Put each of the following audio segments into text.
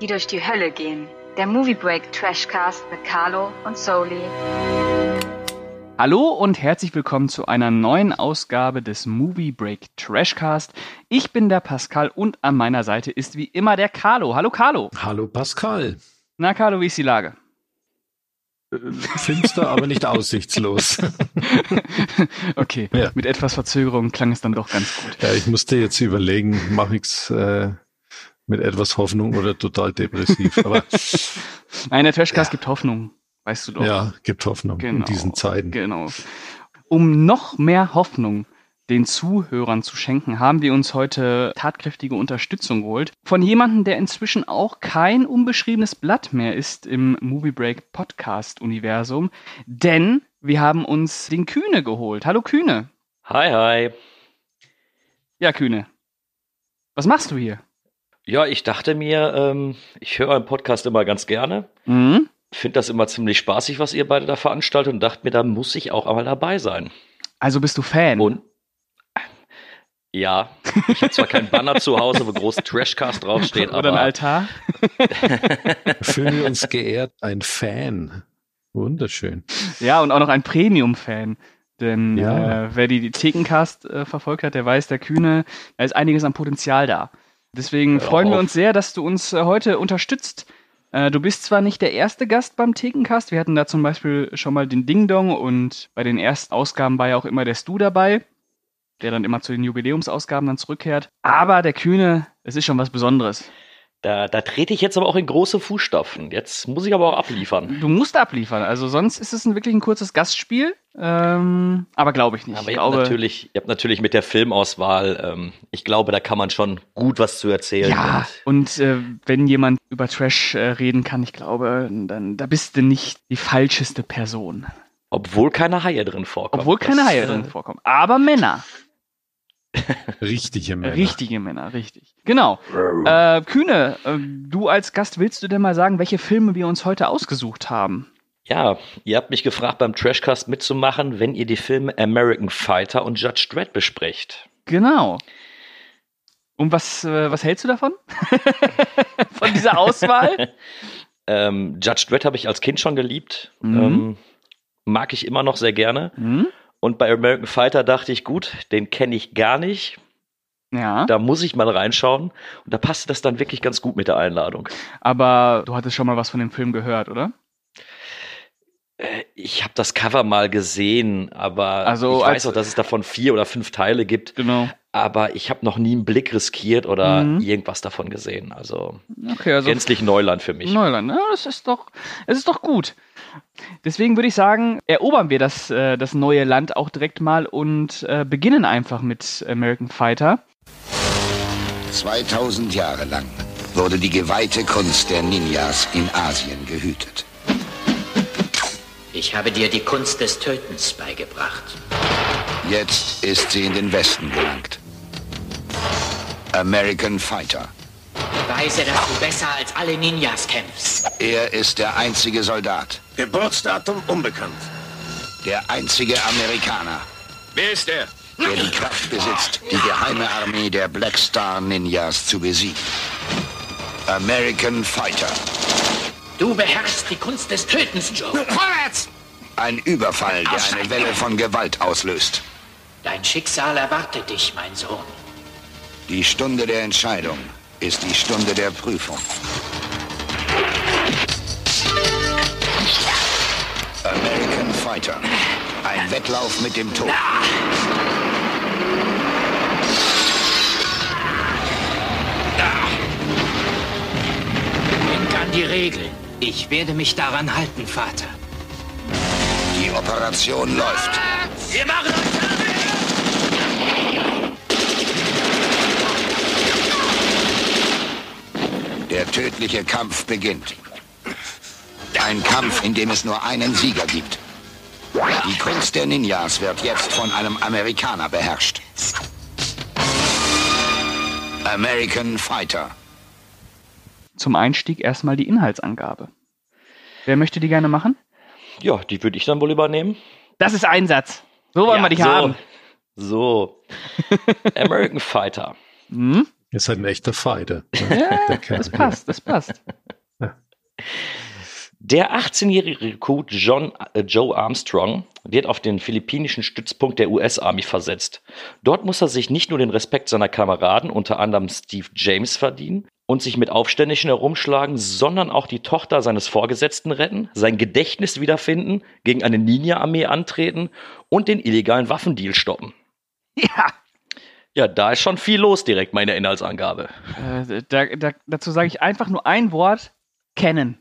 die durch die Hölle gehen. Der Movie Break Trashcast mit Carlo und Soli. Hallo und herzlich willkommen zu einer neuen Ausgabe des Movie Break Trashcast. Ich bin der Pascal und an meiner Seite ist wie immer der Carlo. Hallo Carlo. Hallo Pascal. Na Carlo, wie ist die Lage? Finster, aber nicht aussichtslos. Okay, ja. Mit etwas Verzögerung klang es dann doch ganz gut. Ja, ich musste jetzt überlegen, mache ich's mit etwas Hoffnung oder total depressiv. Aber nein, der Trashcast gibt Hoffnung, weißt du doch. Ja, gibt Hoffnung in diesen Zeiten. Genau. Um noch mehr Hoffnung den Zuhörern zu schenken, haben wir uns heute tatkräftige Unterstützung geholt. Von jemandem, der inzwischen auch kein unbeschriebenes Blatt mehr ist im Movie Break Podcast-Universum. Denn wir haben uns den Kühne geholt. Hallo Kühne. Hi, hi. Ja, Kühne. Was machst du hier? Ja, ich dachte mir, ich höre einen Podcast immer ganz gerne. Finde das immer ziemlich spaßig, was ihr beide da veranstaltet und dachte mir, da muss ich auch einmal dabei sein. Also bist du Fan? Und ja, ich habe zwar keinen Banner zu Hause, wo groß Trashcast draufsteht, aber... Oder ein Altar. Fühlen wir uns geehrt, ein Fan. Wunderschön. Ja, und auch noch ein Premium-Fan. Denn wer die Thekencast verfolgt hat, der weiß, der Kühne, da ist einiges an Potenzial da. Deswegen freuen wir uns sehr, dass du uns heute unterstützt. Du bist zwar nicht der erste Gast beim Thekencast, wir hatten da zum Beispiel schon mal den Ding Dong und bei den ersten Ausgaben war ja auch immer der Stu dabei, der dann immer zu den Jubiläumsausgaben dann zurückkehrt. Aber der Kühne, es ist schon was Besonderes. Da trete ich jetzt aber auch in große Fußstapfen. Jetzt muss ich aber auch abliefern. Du musst abliefern. Also sonst ist es wirklich ein kurzes Gastspiel. Aber glaube ich nicht. Aber ihr habt natürlich mit der Filmauswahl, ich glaube, da kann man schon gut was zu erzählen. Ja, und wenn jemand über Trash reden kann, ich glaube, dann da bist du nicht die falscheste Person. Obwohl keine Haie drin vorkommen. Aber Männer. Richtige Männer. Richtige Männer, richtig. Genau. Kühne, du als Gast, willst du denn mal sagen, welche Filme wir uns heute ausgesucht haben? Ja, ihr habt mich gefragt, beim Trashcast mitzumachen, wenn ihr die Filme American Fighter und Judge Dredd besprecht. Genau. Und was hältst du davon? Von dieser Auswahl? Judge Dredd habe ich als Kind schon geliebt. Mag ich immer noch sehr gerne. Und bei American Fighter dachte ich, gut, den kenne ich gar nicht. Ja. Da muss ich mal reinschauen. Und da passte das dann wirklich ganz gut mit der Einladung. Aber du hattest schon mal was von dem Film gehört, oder? Ich habe das Cover mal gesehen, aber ich weiß auch, dass es davon 4 oder 5 Teile gibt. Genau. Aber ich habe noch nie einen Blick riskiert oder irgendwas davon gesehen. Also gänzlich Neuland für mich. Neuland, ja, es ist doch gut. Deswegen würde ich sagen, erobern wir das neue Land auch direkt mal und beginnen einfach mit American Fighter. 2000 Jahre lang wurde die geweihte Kunst der Ninjas in Asien gehütet. Ich habe dir die Kunst des Tötens beigebracht. Jetzt ist sie in den Westen gelangt. American Fighter. Beweise, dass du besser als alle Ninjas kämpfst. Er ist der einzige Soldat. Geburtsdatum unbekannt. Der einzige Amerikaner. Wer ist er? Der die Kraft besitzt, die geheime Armee der Black Star Ninjas zu besiegen. American Fighter. Du beherrschst die Kunst des Tötens, Joe. Vorwärts! Ein Überfall, der eine Welle von Gewalt auslöst. Dein Schicksal erwartet dich, mein Sohn. Die Stunde der Entscheidung ist die Stunde der Prüfung. American Fighter. Ein Wettlauf mit dem Tod. Denk an die Regeln. Ich werde mich daran halten, Vater. Die Operation läuft. Wir machen euch fertig! Der tödliche Kampf beginnt. Ein Kampf, in dem es nur einen Sieger gibt. Die Kunst der Ninjas wird jetzt von einem Amerikaner beherrscht. American Fighter. Zum Einstieg erstmal die Inhaltsangabe. Wer möchte die gerne machen? Ja, die würde ich dann wohl übernehmen. Das ist ein Satz. So wollen wir dich haben. So. American Fighter. Ist halt ein echter Fighter. Ja, das passt. Ja. Der 18-jährige Recruit Joe Armstrong wird auf den philippinischen Stützpunkt der US-Army versetzt. Dort muss er sich nicht nur den Respekt seiner Kameraden, unter anderem Steve James, verdienen und sich mit Aufständischen herumschlagen, sondern auch die Tochter seines Vorgesetzten retten, sein Gedächtnis wiederfinden, gegen eine Ninja-Armee antreten und den illegalen Waffendeal stoppen. Ja. Ja, da ist schon viel los direkt, meine Inhaltsangabe. Dazu sage ich einfach nur ein Wort: kennen.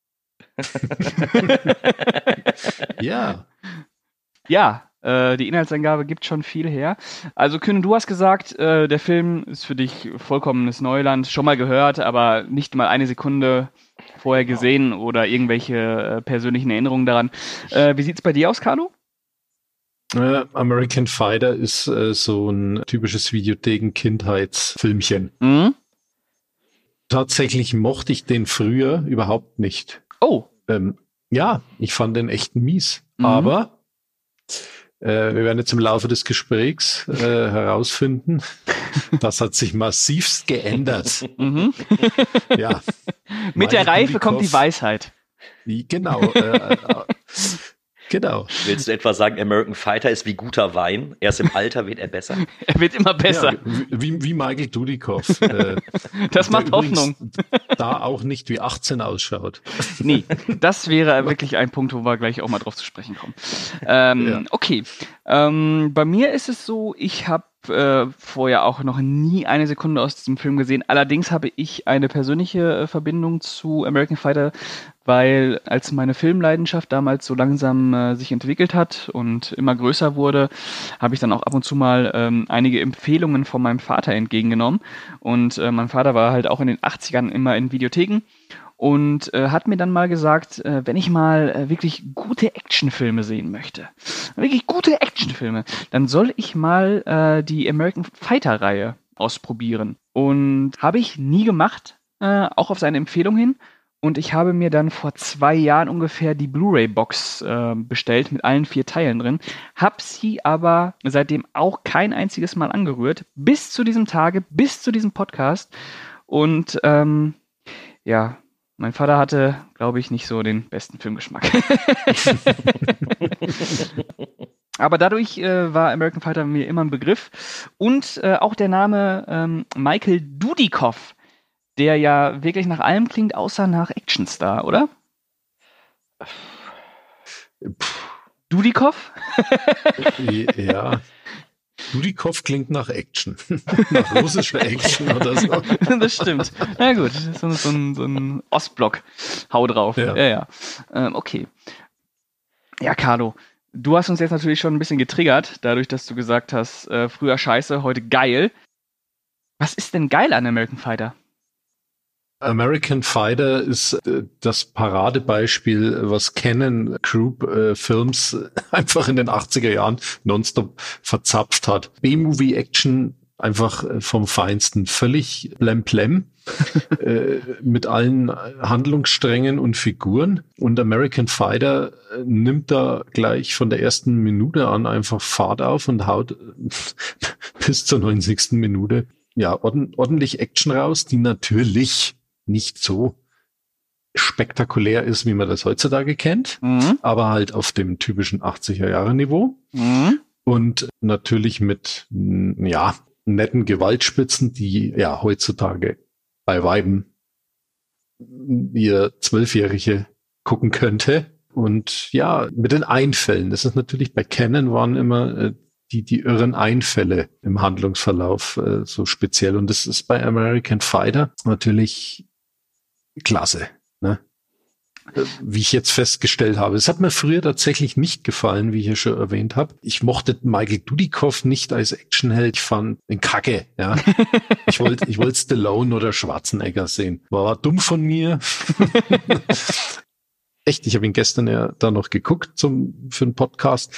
Ja. Ja, die Inhaltsangabe gibt schon viel her. Also Kühne, du hast gesagt, der Film ist für dich vollkommenes Neuland, schon mal gehört, aber nicht mal eine Sekunde vorher gesehen oder irgendwelche persönlichen Erinnerungen daran. Wie sieht's bei dir aus, Carlo? American Fighter ist so ein typisches Videotheken-Kindheitsfilmchen. Mhm. Tatsächlich mochte ich den früher überhaupt nicht. Oh. Ja, ich fand den echt mies. Aber wir werden jetzt im Laufe des Gesprächs herausfinden, das hat sich massivst geändert. Mhm. Ja. Mit der Reife kommt die Weisheit. Genau. Genau. Willst du etwa sagen, American Fighter ist wie guter Wein? Erst im Alter wird er besser. Er wird immer besser. Ja, wie Michael Dudikoff. Das macht Hoffnung. Da auch nicht wie 18 ausschaut. Nee, das wäre wirklich ein Punkt, wo wir gleich auch mal drauf zu sprechen kommen. Ja. Okay. Bei mir ist es so, ich habe vorher auch noch nie eine Sekunde aus diesem Film gesehen. Allerdings habe ich eine persönliche Verbindung zu American Fighter, weil als meine Filmleidenschaft damals so langsam sich entwickelt hat und immer größer wurde, habe ich dann auch ab und zu mal einige Empfehlungen von meinem Vater entgegengenommen. Und mein Vater war halt auch in den 80ern immer in Videotheken und hat mir dann mal gesagt, wenn ich mal wirklich gute Actionfilme sehen möchte, dann soll ich mal die American Fighter-Reihe ausprobieren. Und habe ich nie gemacht, auch auf seine Empfehlung hin. Und ich habe mir dann vor 2 Jahren ungefähr die Blu-ray-Box bestellt mit allen 4 Teilen drin, habe sie aber seitdem auch kein einziges Mal angerührt, bis zu diesem Tage, bis zu diesem Podcast. Und ja, mein Vater hatte, glaube ich, nicht so den besten Filmgeschmack. Aber dadurch war American Fighter mir immer ein Begriff. Und auch der Name Michael Dudikoff, der ja wirklich nach allem klingt, außer nach Actionstar, oder? Dudikoff? Ja. Dudikoff klingt nach Action. Nach russischer Action oder so. Das stimmt. Na gut, so ein Ostblock. Hau drauf. Ja. Okay. Ja, Carlo, du hast uns jetzt natürlich schon ein bisschen getriggert, dadurch, dass du gesagt hast, früher scheiße, heute geil. Was ist denn geil an American Fighter? American Fighter ist das Paradebeispiel, was Canon Group Films einfach in den 80er Jahren nonstop verzapft hat. B-Movie-Action einfach vom Feinsten, völlig blemplem, mit allen Handlungssträngen und Figuren. Und American Fighter nimmt da gleich von der ersten Minute an einfach Fahrt auf und haut bis zur 90. Minute ordentlich Action raus, die natürlich nicht so spektakulär ist, wie man das heutzutage kennt, aber halt auf dem typischen 80er-Jahre-Niveau und natürlich mit netten Gewaltspitzen, die ja heutzutage bei Weiben ihr 12-Jährige gucken könnte. Und ja, mit den Einfällen, das ist natürlich bei Canon waren immer die irren Einfälle im Handlungsverlauf so speziell. Und das ist bei American Fighter natürlich klasse, ne? Wie ich jetzt festgestellt habe. Es hat mir früher tatsächlich nicht gefallen, wie ich ja schon erwähnt habe. Ich mochte Michael Dudikoff nicht als Actionheld. Ich fand ihn kacke, ja. Ich wollte Stallone oder Schwarzenegger sehen. War dumm von mir. Echt, ich habe ihn gestern ja da noch geguckt für einen Podcast.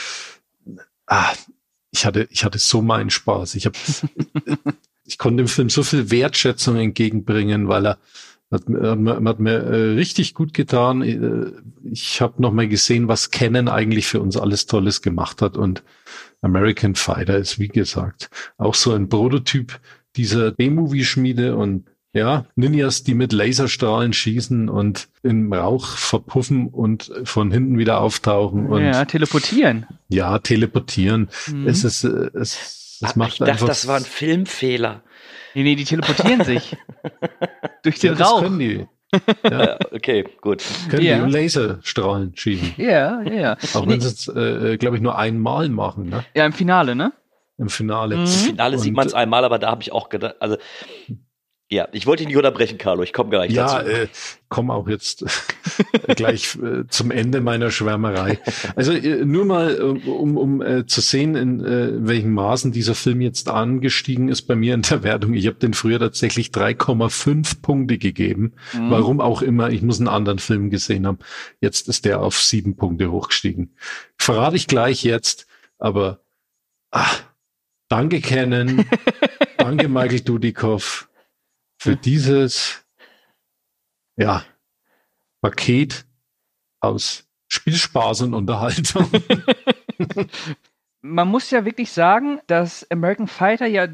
Ich hatte so meinen Spaß. Ich konnte dem Film so viel Wertschätzung entgegenbringen, weil er hat mir richtig gut getan. Ich habe noch mal gesehen, was Canon eigentlich für uns alles Tolles gemacht hat. Und American Fighter ist, wie gesagt, auch so ein Prototyp dieser B-Movie-Schmiede und ja, Ninjas, die mit Laserstrahlen schießen und im Rauch verpuffen und von hinten wieder auftauchen. Und ja, teleportieren. Ja, teleportieren. Es macht ich dachte, einfach, das war ein Filmfehler. Nee, die teleportieren sich. Durch den das Rauch. können die. Ja, Okay, gut. können die Ja. und Laserstrahlen schießen. Ja. Auch wenn sie es, glaube ich, nur einmal machen, ne? Ja, im Finale, ne? Im Finale. Im Finale sieht man es einmal, aber da habe ich auch gedacht, also ja, ich wollte dich nicht unterbrechen, Carlo, ich komme gleich Ja, dazu. komm auch jetzt gleich zum Ende meiner Schwärmerei. Also nur mal, um zu sehen, in welchen Maßen dieser Film jetzt angestiegen ist bei mir in der Wertung. Ich habe den früher tatsächlich 3,5 Punkte gegeben. Warum auch immer, ich muss einen anderen Film gesehen haben. Jetzt ist der auf 7 Punkte hochgestiegen. Verrate ich gleich jetzt, aber danke Canon, danke Michael Dudikoff für dieses Paket aus Spielspaß und Unterhaltung. Man muss ja wirklich sagen, dass American Fighter ja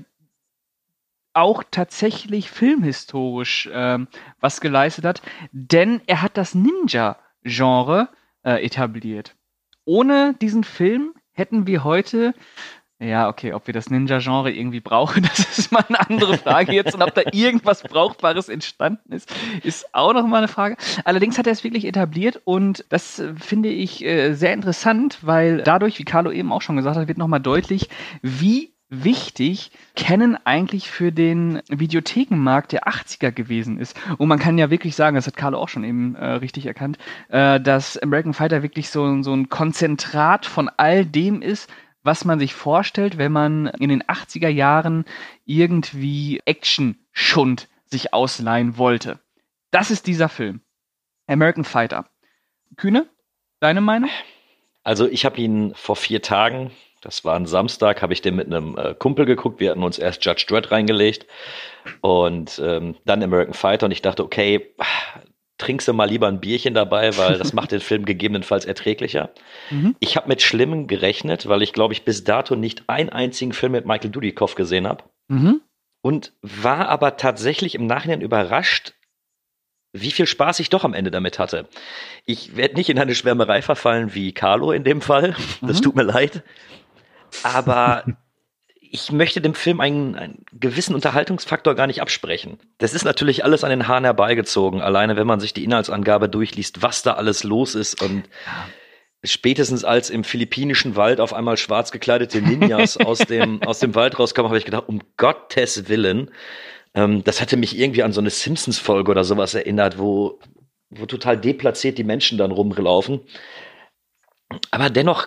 auch tatsächlich filmhistorisch was geleistet hat, denn er hat das Ninja-Genre etabliert. Ohne diesen Film hätten wir heute, ja, okay, ob wir das Ninja-Genre irgendwie brauchen, das ist mal eine andere Frage jetzt. Und ob da irgendwas Brauchbares entstanden ist auch noch mal eine Frage. Allerdings hat er es wirklich etabliert und das finde ich sehr interessant, weil dadurch, wie Carlo eben auch schon gesagt hat, wird noch mal deutlich, wie wichtig Canon eigentlich für den Videothekenmarkt der 80er gewesen ist. Und man kann ja wirklich sagen, das hat Carlo auch schon eben richtig erkannt, dass American Fighter wirklich so ein Konzentrat von all dem ist, was man sich vorstellt, wenn man in den 80er Jahren irgendwie Action-Schund sich ausleihen wollte. Das ist dieser Film. American Fighter. Kühne, deine Meinung? Also ich habe ihn vor 4 Tagen, das war ein Samstag, habe ich den mit einem Kumpel geguckt. Wir hatten uns erst Judge Dredd reingelegt und dann American Fighter und ich dachte, okay, trinkst du mal lieber ein Bierchen dabei, weil das macht den Film gegebenenfalls erträglicher. Ich habe mit Schlimmem gerechnet, weil ich, glaube ich, bis dato nicht einen einzigen Film mit Michael Dudikoff gesehen habe. Und war aber tatsächlich im Nachhinein überrascht, wie viel Spaß ich doch am Ende damit hatte. Ich werde nicht in eine Schwärmerei verfallen wie Carlo in dem Fall. Das tut mir leid. Aber ich möchte dem Film einen gewissen Unterhaltungsfaktor gar nicht absprechen. Das ist natürlich alles an den Haaren herbeigezogen, alleine wenn man sich die Inhaltsangabe durchliest, was da alles los ist und spätestens als im philippinischen Wald auf einmal schwarz gekleidete Ninjas aus dem Wald rauskommen, habe ich gedacht, um Gottes Willen, das hatte mich irgendwie an so eine Simpsons-Folge oder sowas erinnert, wo total deplatziert die Menschen dann rumlaufen. Aber dennoch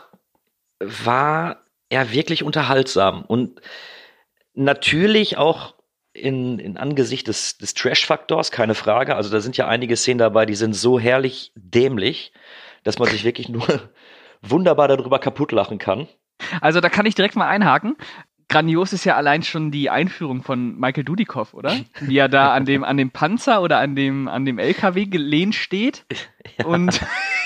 war er wirklich unterhaltsam und natürlich auch in Angesicht des Trash-Faktors, keine Frage. Also da sind ja einige Szenen dabei, die sind so herrlich dämlich, dass man sich wirklich nur wunderbar darüber kaputt lachen kann. Also da kann ich direkt mal einhaken. Grandios ist ja allein schon die Einführung von Michael Dudikoff, oder? Wie er da an dem Panzer oder an dem LKW gelehnt steht und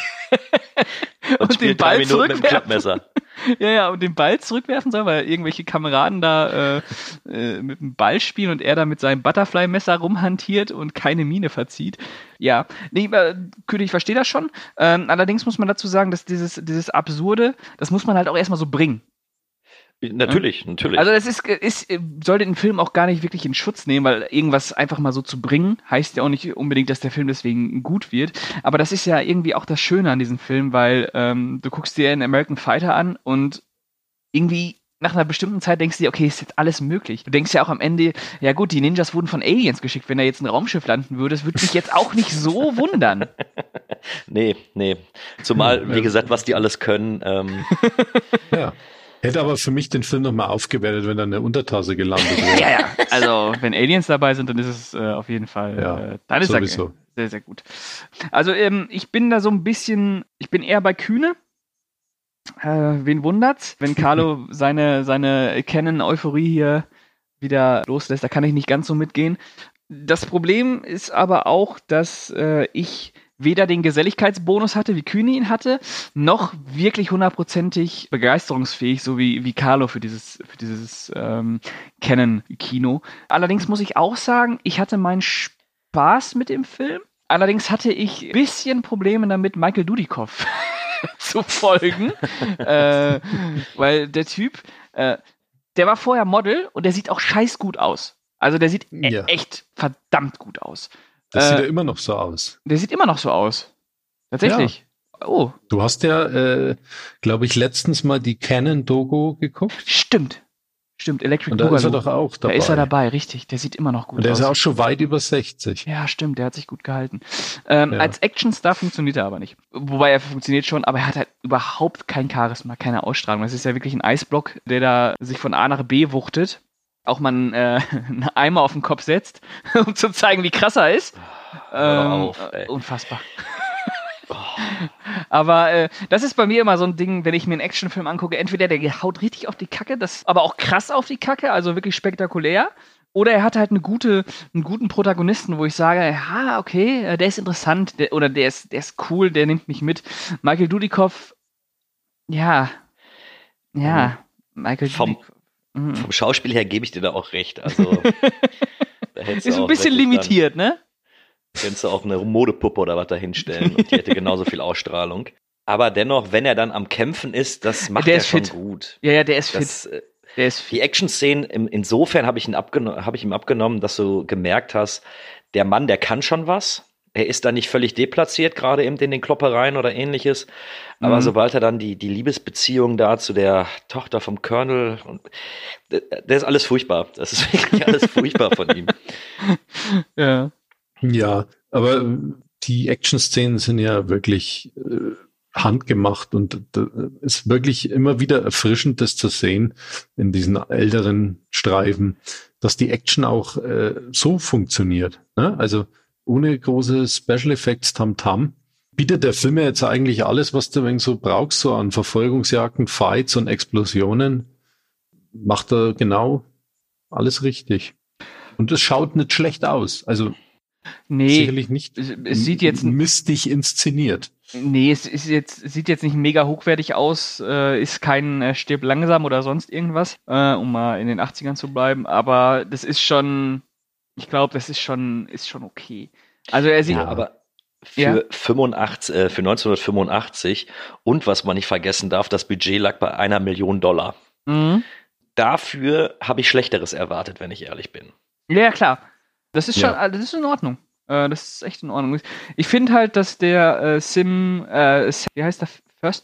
den Ball zurückwerfen. Ja, und den Ball zurückwerfen soll, weil irgendwelche Kameraden da mit dem Ball spielen und er da mit seinem Butterfly-Messer rumhantiert und keine Miene verzieht. Ja, nee, König, ich verstehe das schon. Allerdings muss man dazu sagen, dass dieses Absurde, das muss man halt auch erstmal so bringen. Natürlich. Also das sollte den Film auch gar nicht wirklich in Schutz nehmen, weil irgendwas einfach mal so zu bringen, heißt ja auch nicht unbedingt, dass der Film deswegen gut wird. Aber das ist ja irgendwie auch das Schöne an diesem Film, weil du guckst dir einen American Fighter an und irgendwie nach einer bestimmten Zeit denkst du dir, okay, ist jetzt alles möglich. Du denkst ja auch am Ende, ja gut, die Ninjas wurden von Aliens geschickt. Wenn da jetzt ein Raumschiff landen würde, das würde mich jetzt auch nicht so wundern. Nee. Zumal, wie gesagt, was die alles können. Ja. Hätte aber für mich den Film nochmal aufgewertet, wenn da eine Untertasse gelandet wäre. Ja. Also, wenn Aliens dabei sind, dann ist es auf jeden Fall, dann ist es sehr, sehr gut. Also, ich bin da so ein bisschen, ich bin eher bei Kühne. Wen wundert's? Wenn Carlo seine Canon-Euphorie hier wieder loslässt, da kann ich nicht ganz so mitgehen. Das Problem ist aber auch, dass ich weder den Geselligkeitsbonus hatte, wie Kühne ihn hatte, noch wirklich 100%ig begeisterungsfähig, so wie Carlo für dieses Canon-Kino. Allerdings muss ich auch sagen, ich hatte meinen Spaß mit dem Film. Allerdings hatte ich ein bisschen Probleme damit, Michael Dudikoff zu folgen, weil der Typ, der war vorher Model und der sieht auch scheiß gut aus. Also der sieht echt verdammt gut aus. Das sieht ja immer noch so aus. Der sieht immer noch so aus. Tatsächlich. Ja. Oh. Du hast ja, glaube ich, letztens mal die Canon-Dogo geguckt. Stimmt, Electric Boogaloo. Und da ist er doch auch dabei. Da ist er dabei, richtig. Der sieht immer noch gut aus. Der ist ja auch schon weit über 60. Ja, stimmt, der hat sich gut gehalten. Als Actionstar funktioniert er aber nicht. Wobei er funktioniert schon, aber er hat halt überhaupt kein Charisma, keine Ausstrahlung. Das ist ja wirklich ein Eisblock, der da sich von A nach B wuchtet. Auch mal einen Eimer auf den Kopf setzt, um zu zeigen, wie krass er ist. Unfassbar. Aber das ist bei mir immer so ein Ding, wenn ich mir einen Actionfilm angucke, entweder der haut richtig auf die Kacke, aber auch krass auf die Kacke, also wirklich spektakulär, oder er hat halt einen guten Protagonisten, wo ich sage, ja, okay, der ist interessant, der ist cool, der nimmt mich mit. Michael Dudikoff, Michael Dudikoff. Vom Schauspiel her gebe ich dir da auch recht. Also, da ist ein bisschen limitiert, ne? Könntest du auch eine Modepuppe oder was da hinstellen und die hätte genauso viel Ausstrahlung. Aber dennoch, wenn er dann am Kämpfen ist, das macht er schon gut. Ja, der ist fit. Die Action-Szenen, insofern habe ich ihm abgenommen, dass du gemerkt hast, der Mann, der kann schon was. Er ist da nicht völlig deplatziert, gerade eben in den Kloppereien oder ähnliches. Aber sobald er dann die Liebesbeziehung da zu der Tochter vom Colonel, der ist alles furchtbar. Das ist wirklich alles furchtbar von ihm. Ja. Ja, aber die Action-Szenen sind ja wirklich handgemacht und ist wirklich immer wieder erfrischend, das zu sehen in diesen älteren Streifen, dass die Action auch so funktioniert. Ne? Also ohne große Special Effects Tamtam bietet der Film ja jetzt eigentlich alles, was du so brauchst, so an Verfolgungsjagden, Fights und Explosionen. Macht er genau alles richtig. Und es schaut nicht schlecht aus. Also sicherlich nicht es sieht jetzt mistig inszeniert. Nee, sieht jetzt nicht mega hochwertig aus, ist kein Stirb langsam oder sonst irgendwas, um mal in den 80ern zu bleiben, aber das ist schon, ich glaube, das ist schon okay. Also er sieht... Ja, aber für 1985 und was man nicht vergessen darf, das Budget lag bei $1 Million. Mhm. Dafür habe ich Schlechteres erwartet, wenn ich ehrlich bin. Ja, klar. Das ist schon, das ist in Ordnung. Das ist echt in Ordnung. Ich finde halt, dass der wie heißt der?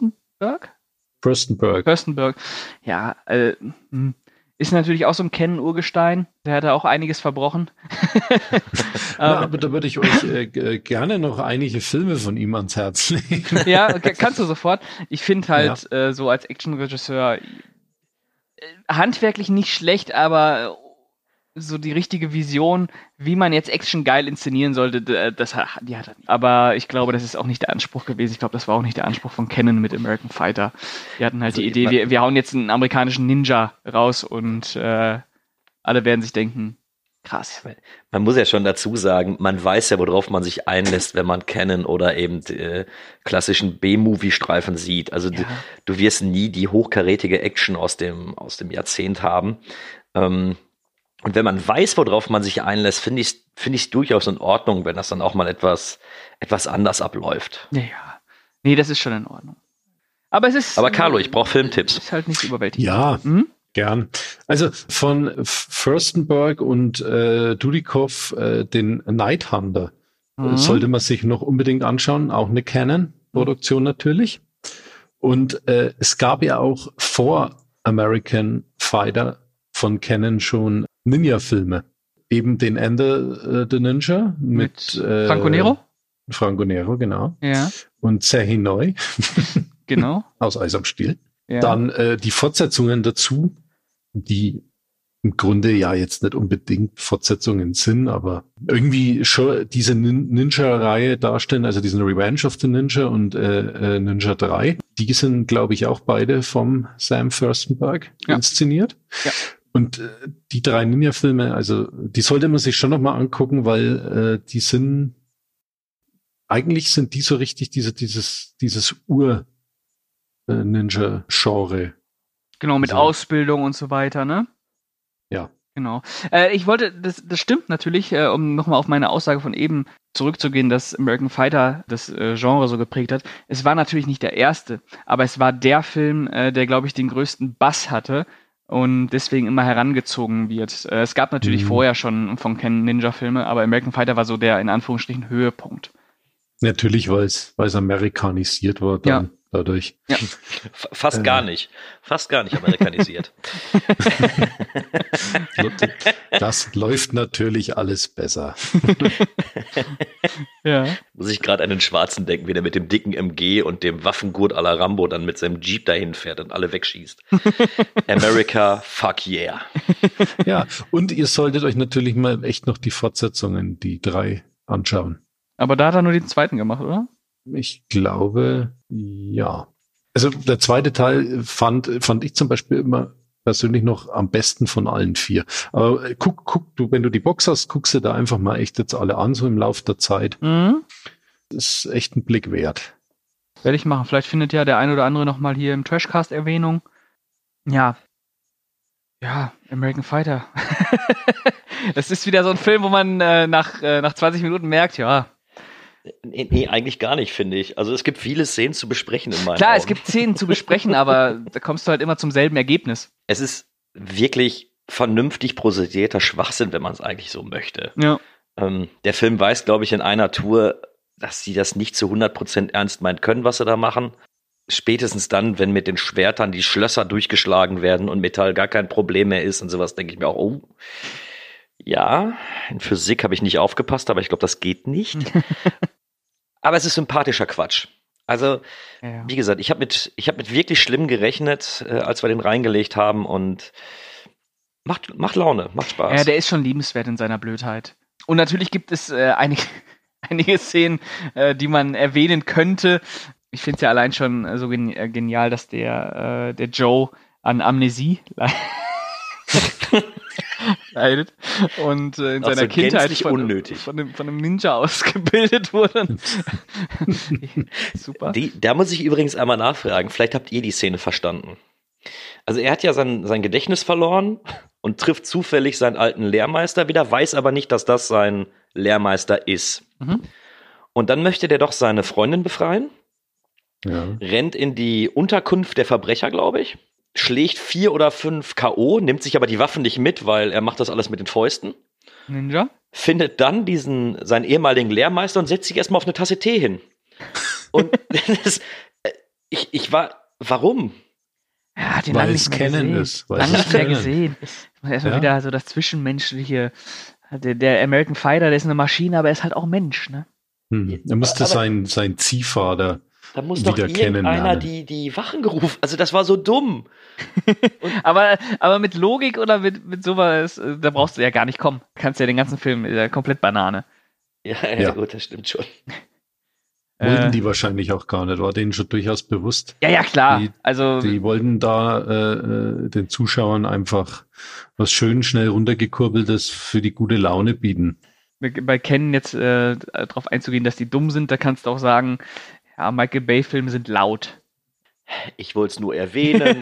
Furstenberg. Ja, ist natürlich auch so ein Canon-Urgestein. Der hat auch einiges verbrochen. Aber da würde ich euch gerne noch einige Filme von ihm ans Herz legen. Ja, kannst du sofort. Ich finde halt so als Actionregisseur handwerklich nicht schlecht, aber so die richtige Vision, wie man jetzt Action geil inszenieren sollte, die hat er nicht. Aber ich glaube, das ist auch nicht der Anspruch gewesen. Ich glaube, das war auch nicht der Anspruch von Canon mit American Fighter. Die hatten halt die Idee, wir hauen jetzt einen amerikanischen Ninja raus und alle werden sich denken, krass. Man muss ja schon dazu sagen, man weiß ja, worauf man sich einlässt, wenn man Canon oder eben klassischen B-Movie-Streifen sieht. Also du wirst nie die hochkarätige Action aus dem Jahrzehnt haben. Und wenn man weiß, worauf man sich einlässt, finde ich durchaus in Ordnung, wenn das dann auch mal etwas anders abläuft. Ja. Nee, das ist schon in Ordnung. Aber Carlo, ich brauche Filmtipps. Ist halt nicht so überwältigend. Ja, gern. Also von Furstenberg und Dudikoff, den Night Hunter, sollte man sich noch unbedingt anschauen. Auch eine Canon-Produktion natürlich. Und es gab ja auch vor American Fighter von Canon schon Ninja-Filme. Eben den Ende the Ninja mit Franco Nero. Franco Nero, genau. Ja. Und Sehi Neu. Genau. Aus Eis am Stiel. Ja. Dann die Fortsetzungen dazu, die im Grunde ja jetzt nicht unbedingt Fortsetzungen sind, aber irgendwie schon diese Ninja-Reihe darstellen, also diesen Revenge of the Ninja und Ninja 3. Die sind, glaube ich, auch beide vom Sam Furstenberg inszeniert. Ja. Und die 3 Ninja-Filme, also die sollte man sich schon nochmal angucken, weil die sind eigentlich sind die so richtig dieses Ur-Ninja-Genre. Genau, mit Also, Ausbildung und so weiter, ne? Ja. Genau. Ich wollte, das stimmt natürlich, um nochmal auf meine Aussage von eben zurückzugehen, dass American Fighter das Genre so geprägt hat. Es war natürlich nicht der erste, aber es war der Film, der, glaube ich, den größten Bass hatte und deswegen immer herangezogen wird. Es gab natürlich vorher schon von Ken Ninja-Filme, aber American Fighter war so der, in Anführungsstrichen, Höhepunkt. Natürlich, weil es amerikanisiert war dann dadurch. Ja. Fast gar nicht amerikanisiert. Das läuft natürlich alles besser. Ja. Muss ich gerade an den Schwarzen denken, wie der mit dem dicken MG und dem Waffengurt à la Rambo dann mit seinem Jeep dahin fährt und alle wegschießt. America, fuck yeah. Ja, und ihr solltet euch natürlich mal echt noch die Fortsetzungen, die 3, anschauen. Aber da hat er nur den zweiten gemacht, oder? Ich glaube, ja. Also der zweite Teil fand ich zum Beispiel immer persönlich noch am besten von allen 4. Aber guck du, wenn du die Box hast, guckst du da einfach mal echt jetzt alle an, so im Laufe der Zeit. Mhm. Das ist echt ein Blick wert. Werde ich machen. Vielleicht findet ja der ein oder andere nochmal hier im Trashcast Erwähnung. Ja. Ja, American Fighter. Das ist wieder so ein Film, wo man nach 20 Minuten merkt, ja. Nee, eigentlich gar nicht, finde ich. Also es gibt viele Szenen zu besprechen in meinen Klar, Augen. es gibt Szenen zu besprechen, aber da kommst du halt immer zum selben Ergebnis. Es ist wirklich vernünftig prozedierter Schwachsinn, wenn man es eigentlich so möchte. Ja. Der Film weiß, glaube ich, in einer Tour, dass sie das nicht zu 100% ernst meinen können, was sie da machen. Spätestens dann, wenn mit den Schwertern die Schlösser durchgeschlagen werden und Metall gar kein Problem mehr ist und sowas, denke ich mir auch, oh, ja, in Physik habe ich nicht aufgepasst, aber ich glaube, das geht nicht. Aber es ist sympathischer Quatsch. Also, Wie gesagt, ich hab mit wirklich schlimm gerechnet, als wir den reingelegt haben und macht Laune, macht Spaß. Ja, der ist schon liebenswert in seiner Blödheit. Und natürlich gibt es einige Szenen, die man erwähnen könnte. Ich finde es ja allein schon so genial, dass der Joe an Amnesie leidet und in also seiner Kindheit unnötig. von einem Ninja ausgebildet wurde. Super. Da muss ich übrigens einmal nachfragen, vielleicht habt ihr die Szene verstanden. Also er hat ja sein Gedächtnis verloren und trifft zufällig seinen alten Lehrmeister wieder, weiß aber nicht, dass das sein Lehrmeister ist. Mhm. Und dann möchte der doch seine Freundin befreien, rennt in die Unterkunft der Verbrecher, glaube ich, schlägt 4 oder 5 K.O., nimmt sich aber die Waffen nicht mit, weil er macht das alles mit den Fäusten. Ninja? Findet dann seinen ehemaligen Lehrmeister und setzt sich erstmal auf eine Tasse Tee hin. Und warum? Ja, den weil lange es nicht mehr kennen gesehen. ist. Lange nicht mehr gesehen. Ich muss erstmal wieder so das Zwischenmenschliche. Der American Fighter, der ist eine Maschine, aber er ist halt auch Mensch, ne? Er musste sein Ziehvater da muss doch irgendeiner die Wachen gerufen. Also das war so dumm. aber mit Logik oder mit sowas, da brauchst du ja gar nicht kommen. Du kannst ja den ganzen Film, komplett Banane. Ja, gut, das stimmt schon. Wollten die wahrscheinlich auch gar nicht, war denen schon durchaus bewusst. Ja, klar. Die wollten da den Zuschauern einfach was schön schnell runtergekurbeltes für die gute Laune bieten. Bei Ken jetzt darauf einzugehen, dass die dumm sind, da kannst du auch sagen, ja, Michael Bay-Filme sind laut. Ich wollte es nur erwähnen.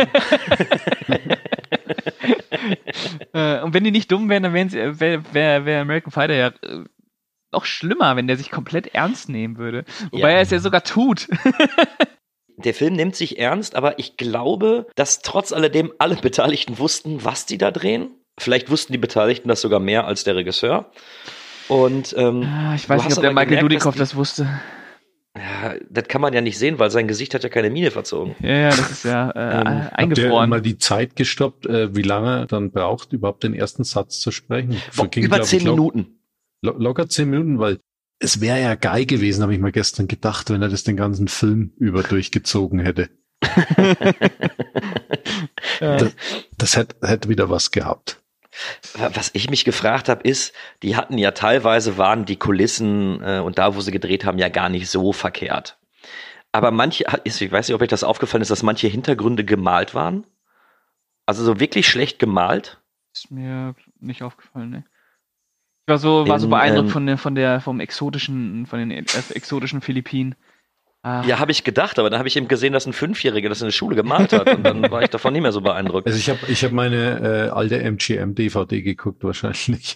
Und wenn die nicht dumm wären, dann wäre American Fighter ja noch schlimmer, wenn der sich komplett ernst nehmen würde. Wobei er es ja sogar tut. Der Film nimmt sich ernst, aber ich glaube, dass trotz alledem alle Beteiligten wussten, was die da drehen. Vielleicht wussten die Beteiligten das sogar mehr als der Regisseur. Und ich weiß nicht, ob der Michael Dudikoff das wusste. Ja, das kann man ja nicht sehen, weil sein Gesicht hat ja keine Miene verzogen. Ja, das ist ja eingefroren. Habt ihr mal die Zeit gestoppt, wie lange er dann braucht, überhaupt den ersten Satz zu sprechen? Über 10 Minuten. Locker 10 Minuten, weil es wäre ja geil gewesen, habe ich mir gestern gedacht, wenn er das den ganzen Film über durchgezogen hätte. Das hätte wieder was gehabt. Was ich mich gefragt habe, ist, die hatten ja teilweise, waren die Kulissen und da, wo sie gedreht haben, ja gar nicht so verkehrt. Aber ich weiß nicht, ob euch das aufgefallen ist, dass manche Hintergründe gemalt waren. Also so wirklich schlecht gemalt. Ist mir nicht aufgefallen, ne? Ich war so beeindruckt von den exotischen Philippinen. Ja, habe ich gedacht, aber dann habe ich eben gesehen, dass ein 5-Jähriger das in der Schule gemalt hat und dann war ich davon nicht mehr so beeindruckt. Also ich hab meine alte MGM-DVD geguckt wahrscheinlich.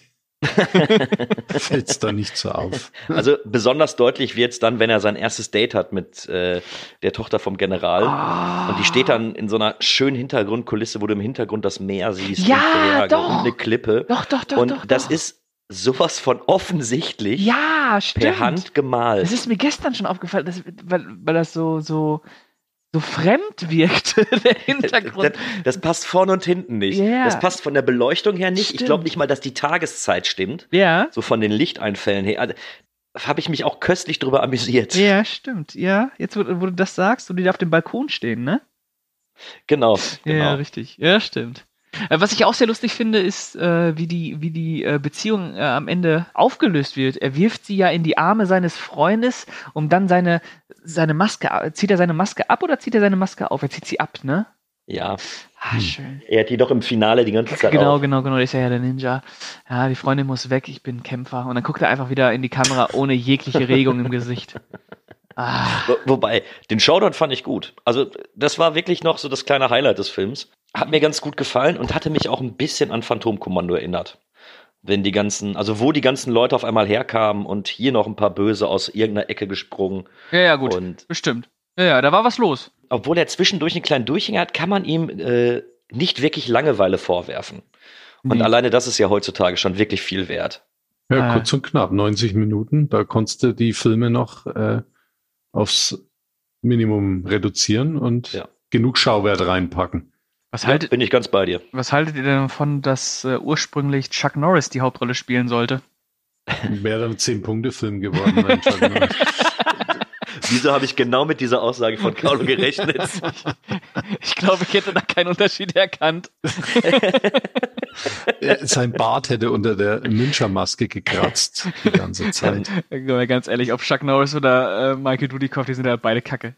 Fällt's da nicht so auf. Also besonders deutlich wird's dann, wenn er sein erstes Date hat mit der Tochter vom General. Und die steht dann in so einer schönen Hintergrundkulisse, wo du im Hintergrund das Meer siehst. Ja, und Berge doch. und eine Klippe. Doch. Und das ist sowas von offensichtlich Ja, stimmt. per Hand gemalt. Das ist mir gestern schon aufgefallen, weil das so fremd wirkt, der Hintergrund. Das passt vorne und hinten nicht. Yeah. Das passt von der Beleuchtung her nicht. Stimmt. Ich glaube nicht mal, dass die Tageszeit stimmt. Ja. So von den Lichteinfällen her. Also, habe ich mich auch köstlich drüber amüsiert. Ja, stimmt. Ja, jetzt, wo du das sagst und die da auf dem Balkon stehen, ne? Genau. Ja, richtig. Ja, stimmt. Was ich auch sehr lustig finde, ist, wie die Beziehung am Ende aufgelöst wird. Er wirft sie ja in die Arme seines Freundes, um dann seine Maske, zieht er seine Maske ab oder zieht er seine Maske auf? Er zieht sie ab, ne? Ja. Schön. Er hat die doch im Finale die ganze Zeit auf. Genau, der ist ja der Ninja. Ja, die Freundin muss weg, ich bin Kämpfer. Und dann guckt er einfach wieder in die Kamera ohne jegliche Regung im Gesicht. Wobei, den Showdown fand ich gut. Also, das war wirklich noch so das kleine Highlight des Films. Hat mir ganz gut gefallen und hatte mich auch ein bisschen an Phantomkommando erinnert. Wo die ganzen Leute auf einmal herkamen und hier noch ein paar Böse aus irgendeiner Ecke gesprungen. Ja, gut. Und bestimmt. Ja, da war was los. obwohl er zwischendurch einen kleinen Durchhänger hat, kann man ihm nicht wirklich Langeweile vorwerfen. Und alleine das ist ja heutzutage schon wirklich viel wert. Ja, kurz und knapp, 90 Minuten. Da konntest du die Filme noch aufs Minimum reduzieren und genug Schauwert reinpacken. Bin ich ganz bei dir. Was haltet ihr denn davon, dass ursprünglich Chuck Norris die Hauptrolle spielen sollte? Wäre dann ein 10-Punkte-Film geworden. Wenn Chuck Norris. Wieso habe ich genau mit dieser Aussage von Carlo gerechnet? Ich glaube, ich hätte da keinen Unterschied erkannt. Sein Bart hätte unter der Ninja-Maske gekratzt die ganze Zeit. Ganz ehrlich, ob Chuck Norris oder Michael Dudikoff, die sind ja beide Kacke.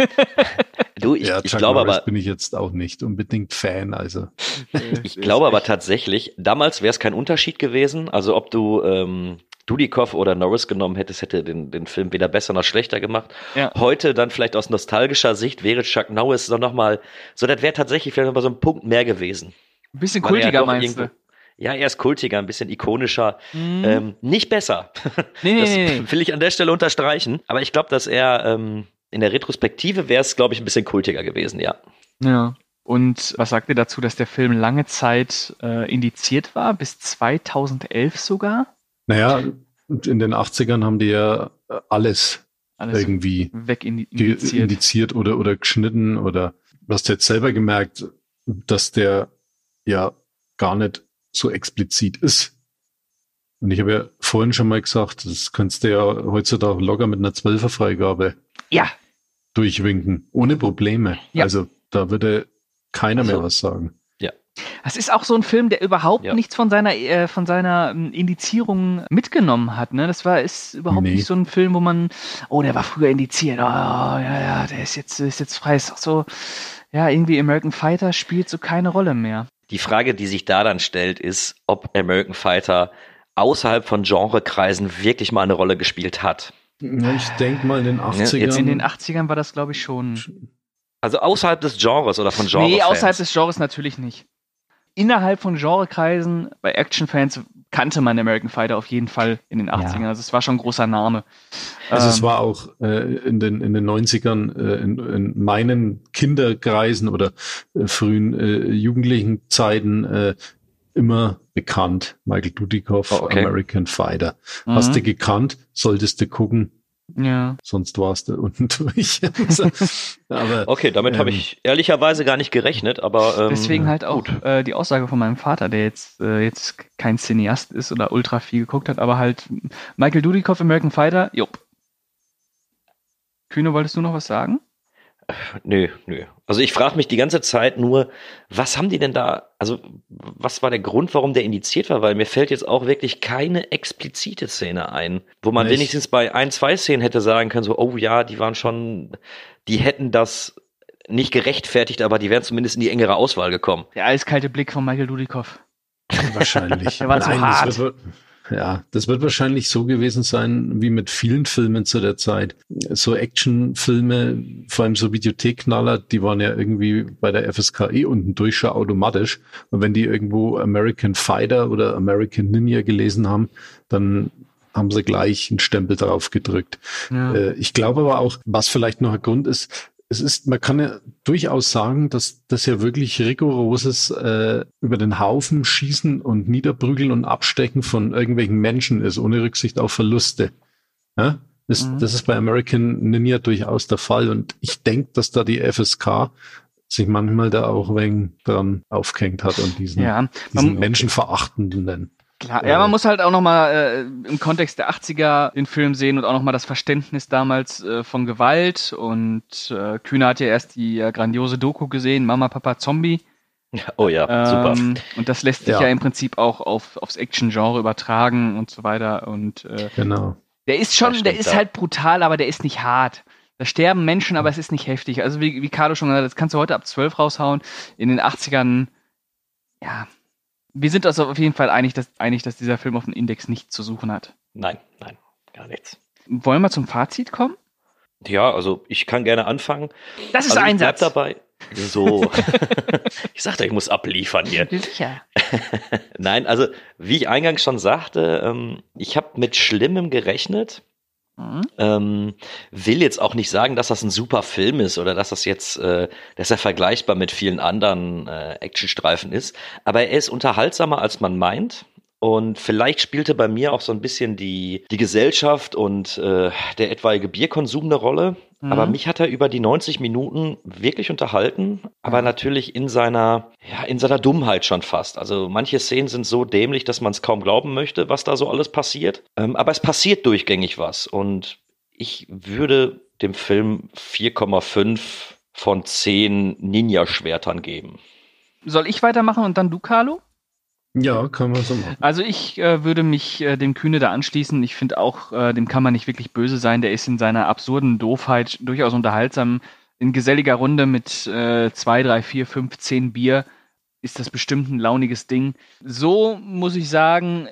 Ich glaube aber, bin ich jetzt auch nicht unbedingt Fan. Also ich glaube aber tatsächlich, damals wäre es kein Unterschied gewesen. Also ob du Dudikoff oder Norris genommen hättest, hätte den Film weder besser noch schlechter gemacht. Ja. Heute dann vielleicht aus nostalgischer Sicht wäre Chuck Norris so nochmal, so das wäre tatsächlich vielleicht nochmal so ein Punkt mehr gewesen. Ein bisschen kultiger meinst du? Ja, er ist kultiger, ein bisschen ikonischer. Nicht besser. Nee. Das will ich an der Stelle unterstreichen. Aber ich glaube, dass er in der Retrospektive wäre es, glaube ich, ein bisschen kultiger gewesen, ja. Ja. Und was sagt ihr dazu, dass der Film lange Zeit indiziert war, bis 2011 sogar? Naja, in den 80ern haben die ja alles irgendwie indiziert oder geschnitten oder du hast jetzt selber gemerkt, dass der ja gar nicht so explizit ist. Und ich habe ja vorhin schon mal gesagt, das könntest du ja heutzutage locker mit einer 12er-Freigabe durchwinken, ohne Probleme. Ja. Also da würde keiner mehr was sagen. Ja. Das ist auch so ein Film, der überhaupt nichts von seiner Indizierung mitgenommen hat. Ne? Das ist überhaupt nicht so ein Film, wo man, der war früher indiziert. Der ist jetzt frei. Ist auch so, irgendwie American Fighter spielt so keine Rolle mehr. Die Frage, die sich da dann stellt, ist, ob American Fighter außerhalb von Genrekreisen wirklich mal eine Rolle gespielt hat. Ja, ich denke mal in den 80ern. In den 80ern war das, glaube ich, schon. Also außerhalb des Genres oder von Genres? Nee, außerhalb des Genres natürlich nicht. Innerhalb von Genrekreisen, bei Actionfans, kannte man American Fighter auf jeden Fall in den 80ern. Also es war schon ein großer Name. Also es war auch in den 90ern in meinen Kinderkreisen oder frühen jugendlichen Zeiten immer bekannt. Michael Dudikoff, American Fighter. Hast du gekannt, solltest du gucken. Ja. Sonst warst du unten durch. Aber, okay, damit habe ich ehrlicherweise gar nicht gerechnet, aber deswegen halt auch die Aussage von meinem Vater, der jetzt kein Cineast ist oder ultra viel geguckt hat, aber halt Michael Dudikoff, American Fighter, jupp. Kühne, wolltest du noch was sagen? Nö. Also ich frage mich die ganze Zeit nur, was haben die denn da, also was war der Grund, warum der indiziert war? Weil mir fällt jetzt auch wirklich keine explizite Szene ein, wo man wenigstens bei 1-2 Szenen hätte sagen können, so, die hätten das nicht gerechtfertigt, aber die wären zumindest in die engere Auswahl gekommen. Der eiskalte Blick von Michael Dudikoff. Wahrscheinlich. Der war zu hart. Ja, das wird wahrscheinlich so gewesen sein, wie mit vielen Filmen zu der Zeit. So Actionfilme, vor allem so Videothek-Knaller, die waren ja irgendwie bei der FSK unten durch schon automatisch. Und wenn die irgendwo American Fighter oder American Ninja gelesen haben, dann haben sie gleich einen Stempel drauf gedrückt. Ja. Ich glaube aber auch, was vielleicht noch ein Grund ist, man kann ja durchaus sagen, dass das ja wirklich rigoroses über den Haufen schießen und niederprügeln und abstechen von irgendwelchen Menschen ist, ohne Rücksicht auf Verluste. Ja? Das ist bei American Ninja durchaus der Fall. Und ich denke, dass da die FSK sich manchmal da auch ein wenig dran aufgehängt hat und diesen menschenverachtenden. Klar, ja, man muss halt auch nochmal im Kontext der 80er den Film sehen und auch nochmal das Verständnis damals von Gewalt. Und Kühne hat ja erst die grandiose Doku gesehen, Mama, Papa, Zombie. Oh ja, super. Und das lässt sich ja im Prinzip auch aufs Action-Genre übertragen und so weiter. Und genau. Der ist halt brutal, aber der ist nicht hart. Da sterben Menschen, aber es ist nicht heftig. Also wie Carlo schon gesagt hat, das kannst du heute ab 12 raushauen. In den 80ern, ja... Wir sind uns auf jeden Fall einig, dass dieser Film auf dem Index nichts zu suchen hat. Nein, gar nichts. Wollen wir zum Fazit kommen? Ja, also ich kann gerne anfangen. Das ist ein Satz. Dabei. So. Ich sagte, ich muss abliefern hier. Sicher. Nein, also wie ich eingangs schon sagte, ich habe mit Schlimmem gerechnet. Will jetzt auch nicht sagen, dass das ein super Film ist oder dass das jetzt, dass er vergleichbar mit vielen anderen Actionstreifen ist, aber er ist unterhaltsamer, als man meint. Und vielleicht spielte bei mir auch so ein bisschen die Gesellschaft und der etwaige Bierkonsum eine Rolle. Aber mich hat er über die 90 Minuten wirklich unterhalten, aber natürlich in seiner Dummheit schon fast. Also manche Szenen sind so dämlich, dass man es kaum glauben möchte, was da so alles passiert. Aber es passiert durchgängig was. Und ich würde dem Film 4,5 von 10 Ninja-Schwertern geben. Soll ich weitermachen und dann du, Carlo? Ja, kann man so machen. Also ich würde mich dem Kühne da anschließen. Ich finde auch, dem kann man nicht wirklich böse sein. Der ist in seiner absurden Doofheit durchaus unterhaltsam. In geselliger Runde mit 2, 3, 4, 5, 10 Bier ist das bestimmt ein launiges Ding. So muss ich sagen,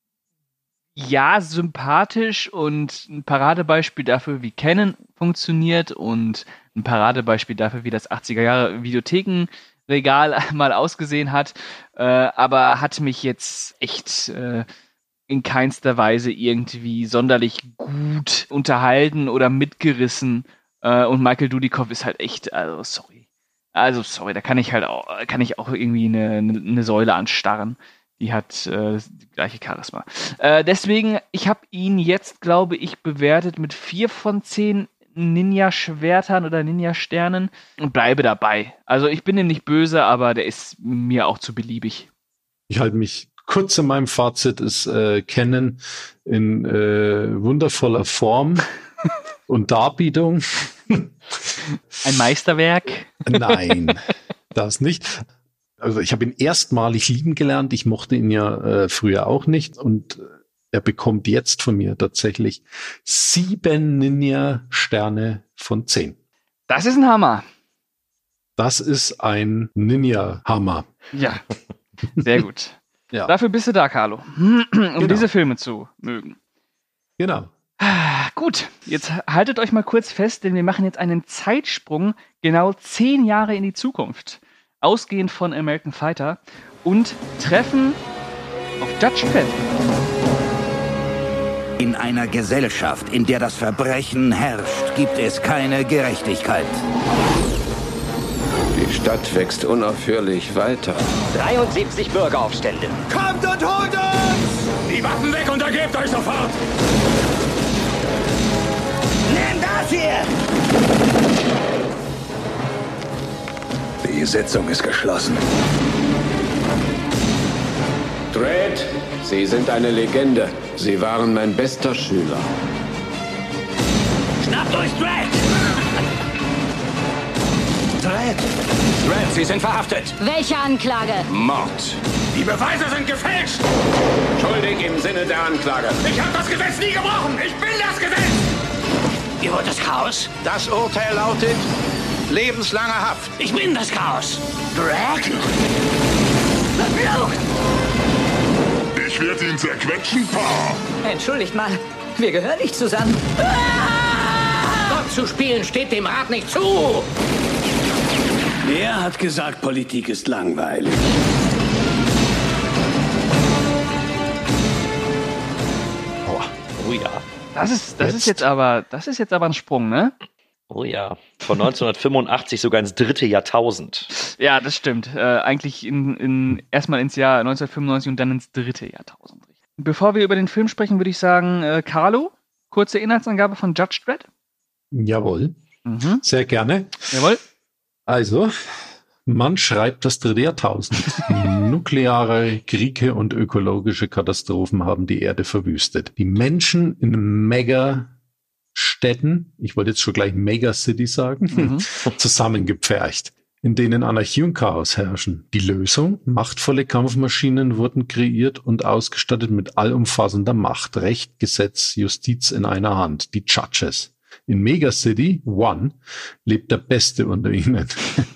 ja, sympathisch und ein Paradebeispiel dafür, wie Canon funktioniert und ein Paradebeispiel dafür, wie das 80er Jahre Videothekenregal mal ausgesehen hat, aber hat mich jetzt echt in keinster Weise irgendwie sonderlich gut unterhalten oder mitgerissen. Und Michael Dudikoff ist halt echt, sorry, da kann ich auch irgendwie eine Säule anstarren. Die hat die gleiche Charisma. Deswegen, ich habe ihn jetzt, glaube ich, bewertet mit 4 von 10 Ninja-Schwertern oder Ninja-Sternen und bleibe dabei. Also ich bin ihm nicht böse, aber der ist mir auch zu beliebig. Ich halte mich kurz in meinem Fazit, ist Canon in wundervoller Form und Darbietung. Ein Meisterwerk? Nein, das nicht. Also ich habe ihn erstmalig lieben gelernt. Ich mochte ihn ja früher auch nicht und er bekommt jetzt von mir tatsächlich 7 Ninja-Sterne von 10. Das ist ein Hammer. Das ist ein Ninja-Hammer. Ja, sehr gut. Ja. Dafür bist du da, Carlo, um diese Filme zu mögen. Genau. Gut, jetzt haltet euch mal kurz fest, denn wir machen jetzt einen Zeitsprung genau 10 Jahre in die Zukunft, ausgehend von American Fighter und treffen auf Judge Dredd. In einer Gesellschaft, in der das Verbrechen herrscht, gibt es keine Gerechtigkeit. Die Stadt wächst unaufhörlich weiter. 73 Bürgeraufstände. Kommt und holt uns! Die Waffen weg und ergebt euch sofort! Nimm das hier! Die Sitzung ist geschlossen. Dredd, Sie sind eine Legende. Sie waren mein bester Schüler. Schnappt euch Dredd! Dredd! Dredd, Sie sind verhaftet! Welche Anklage? Mord! Die Beweise sind gefälscht! Schuldig im Sinne der Anklage. Ich habe das Gesetz nie gebrochen! Ich bin das Gesetz! Ihr wollt das Chaos? Das Urteil lautet lebenslange Haft. Ich bin das Chaos! Dredd? Ich werde werde ihn zerquetschen, Pa. Entschuldigt mal, wir gehören nicht zusammen. Gott zu spielen steht dem Rat nicht zu. Er hat gesagt, Politik ist langweilig. Oh ja. Das ist jetzt aber ein Sprung, ne? Oh ja. Von 1985 sogar ins 3. Jahrtausend. Ja, das stimmt. Eigentlich erstmal ins Jahr 1995 und dann ins 3. Jahrtausend. Bevor wir über den Film sprechen, würde ich sagen, Carlo, kurze Inhaltsangabe von Judge Dredd. Jawohl. Sehr gerne. Jawohl. Also, man schreibt das 3. Jahrtausend. Nukleare Kriege und ökologische Katastrophen haben die Erde verwüstet. Die Menschen in Megastädten, ich wollte jetzt schon gleich Megacity sagen, zusammengepfercht, in denen Anarchie und Chaos herrschen. Die Lösung? Machtvolle Kampfmaschinen wurden kreiert und ausgestattet mit allumfassender Macht. Recht, Gesetz, Justiz in einer Hand. Die Judges. In Megacity One lebt der Beste unter ihnen.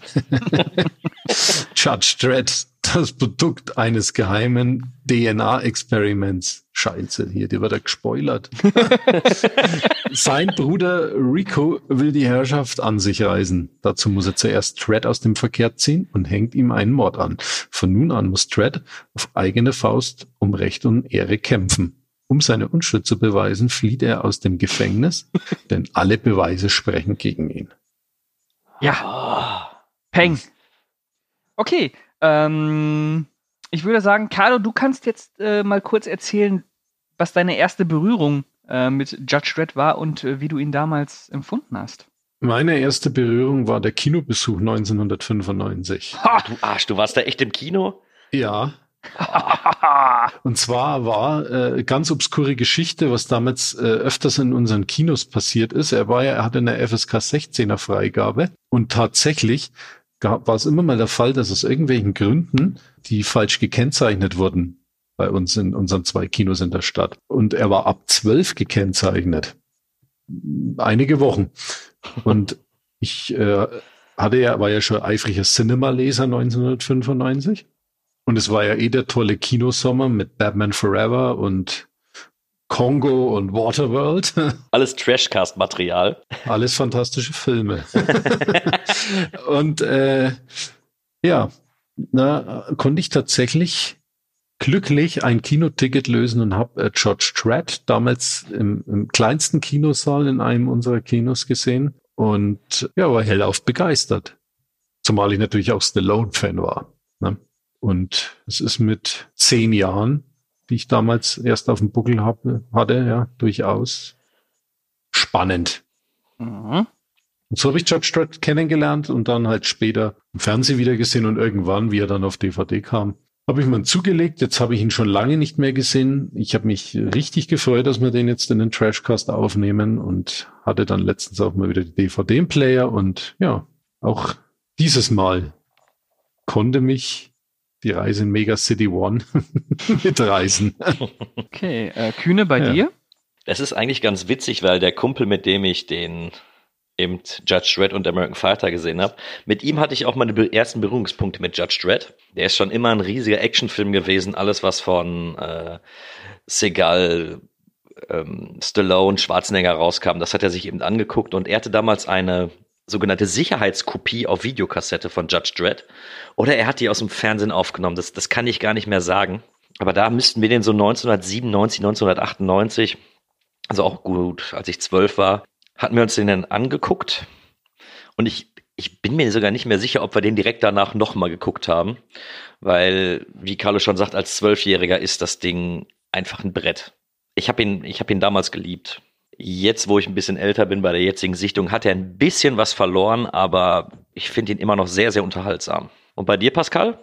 Judge Dredd, das Produkt eines geheimen DNA-Experiments. Scheiße, hier, die wird ja gespoilert. Sein Bruder Rico will die Herrschaft an sich reißen. Dazu muss er zuerst Dredd aus dem Verkehr ziehen und hängt ihm einen Mord an. Von nun an muss Dredd auf eigene Faust um Recht und Ehre kämpfen. Um seine Unschuld zu beweisen, flieht er aus dem Gefängnis, denn alle Beweise sprechen gegen ihn. Ja. Peng. Okay. Ich würde sagen, Carlo, du kannst jetzt mal kurz erzählen, was deine erste Berührung mit Judge Dredd war und wie du ihn damals empfunden hast. Meine erste Berührung war der Kinobesuch 1995. Du Arsch, du warst da echt im Kino? Ja. Und zwar war ganz obskure Geschichte, was damals öfters in unseren Kinos passiert ist. Er hatte eine FSK 16er Freigabe und tatsächlich war es immer mal der Fall, dass aus irgendwelchen Gründen die falsch gekennzeichnet wurden bei uns in unseren 2 Kinos in der Stadt. Und er war ab 12 gekennzeichnet. Einige Wochen. Und ich war ja schon eifriger Cinema-Leser 1995. Und es war ja der tolle Kinosommer mit Batman Forever und Kongo und Waterworld. Alles Trashcast-Material. Alles fantastische Filme. Und konnte ich tatsächlich glücklich ein Kinoticket lösen und habe Judge Dredd damals im kleinsten Kinosaal in einem unserer Kinos gesehen und war hellauf begeistert. Zumal ich natürlich auch Stallone-Fan war. Ne? Und es ist mit 10 Jahren, die ich damals erst auf dem Buckel hatte, durchaus spannend. Und so habe ich Judge Dredd kennengelernt und dann halt später im Fernsehen wieder gesehen und irgendwann, wie er dann auf DVD kam, habe ich mir ihn zugelegt. Jetzt habe ich ihn schon lange nicht mehr gesehen. Ich habe mich richtig gefreut, dass wir den jetzt in den Trashcast aufnehmen und hatte dann letztens auch mal wieder die DVD im Player und auch dieses Mal konnte mich die Reise in Mega City One mitreißen. Okay, Kühne, bei dir? Das ist eigentlich ganz witzig, weil der Kumpel, mit dem ich den eben Judge Dredd und American Fighter gesehen habe, mit ihm hatte ich auch meine ersten Berührungspunkte mit Judge Dredd. Der ist schon immer ein riesiger Actionfilm gewesen, alles was von Seagal, Stallone, Schwarzenegger rauskam, das hat er sich eben angeguckt und er hatte damals eine sogenannte Sicherheitskopie auf Videokassette von Judge Dredd. Oder er hat die aus dem Fernsehen aufgenommen. Das kann ich gar nicht mehr sagen. Aber da müssten wir den so 1997, 1998, also auch gut, als ich 12 war, hatten wir uns den dann angeguckt. Und ich bin mir sogar nicht mehr sicher, ob wir den direkt danach nochmal geguckt haben. Weil, wie Carlo schon sagt, als 12-Jähriger ist das Ding einfach ein Brett. Ich hab ihn damals geliebt. Jetzt, wo ich ein bisschen älter bin, bei der jetzigen Sichtung, hat er ein bisschen was verloren, aber ich finde ihn immer noch sehr, sehr unterhaltsam. Und bei dir, Pascal?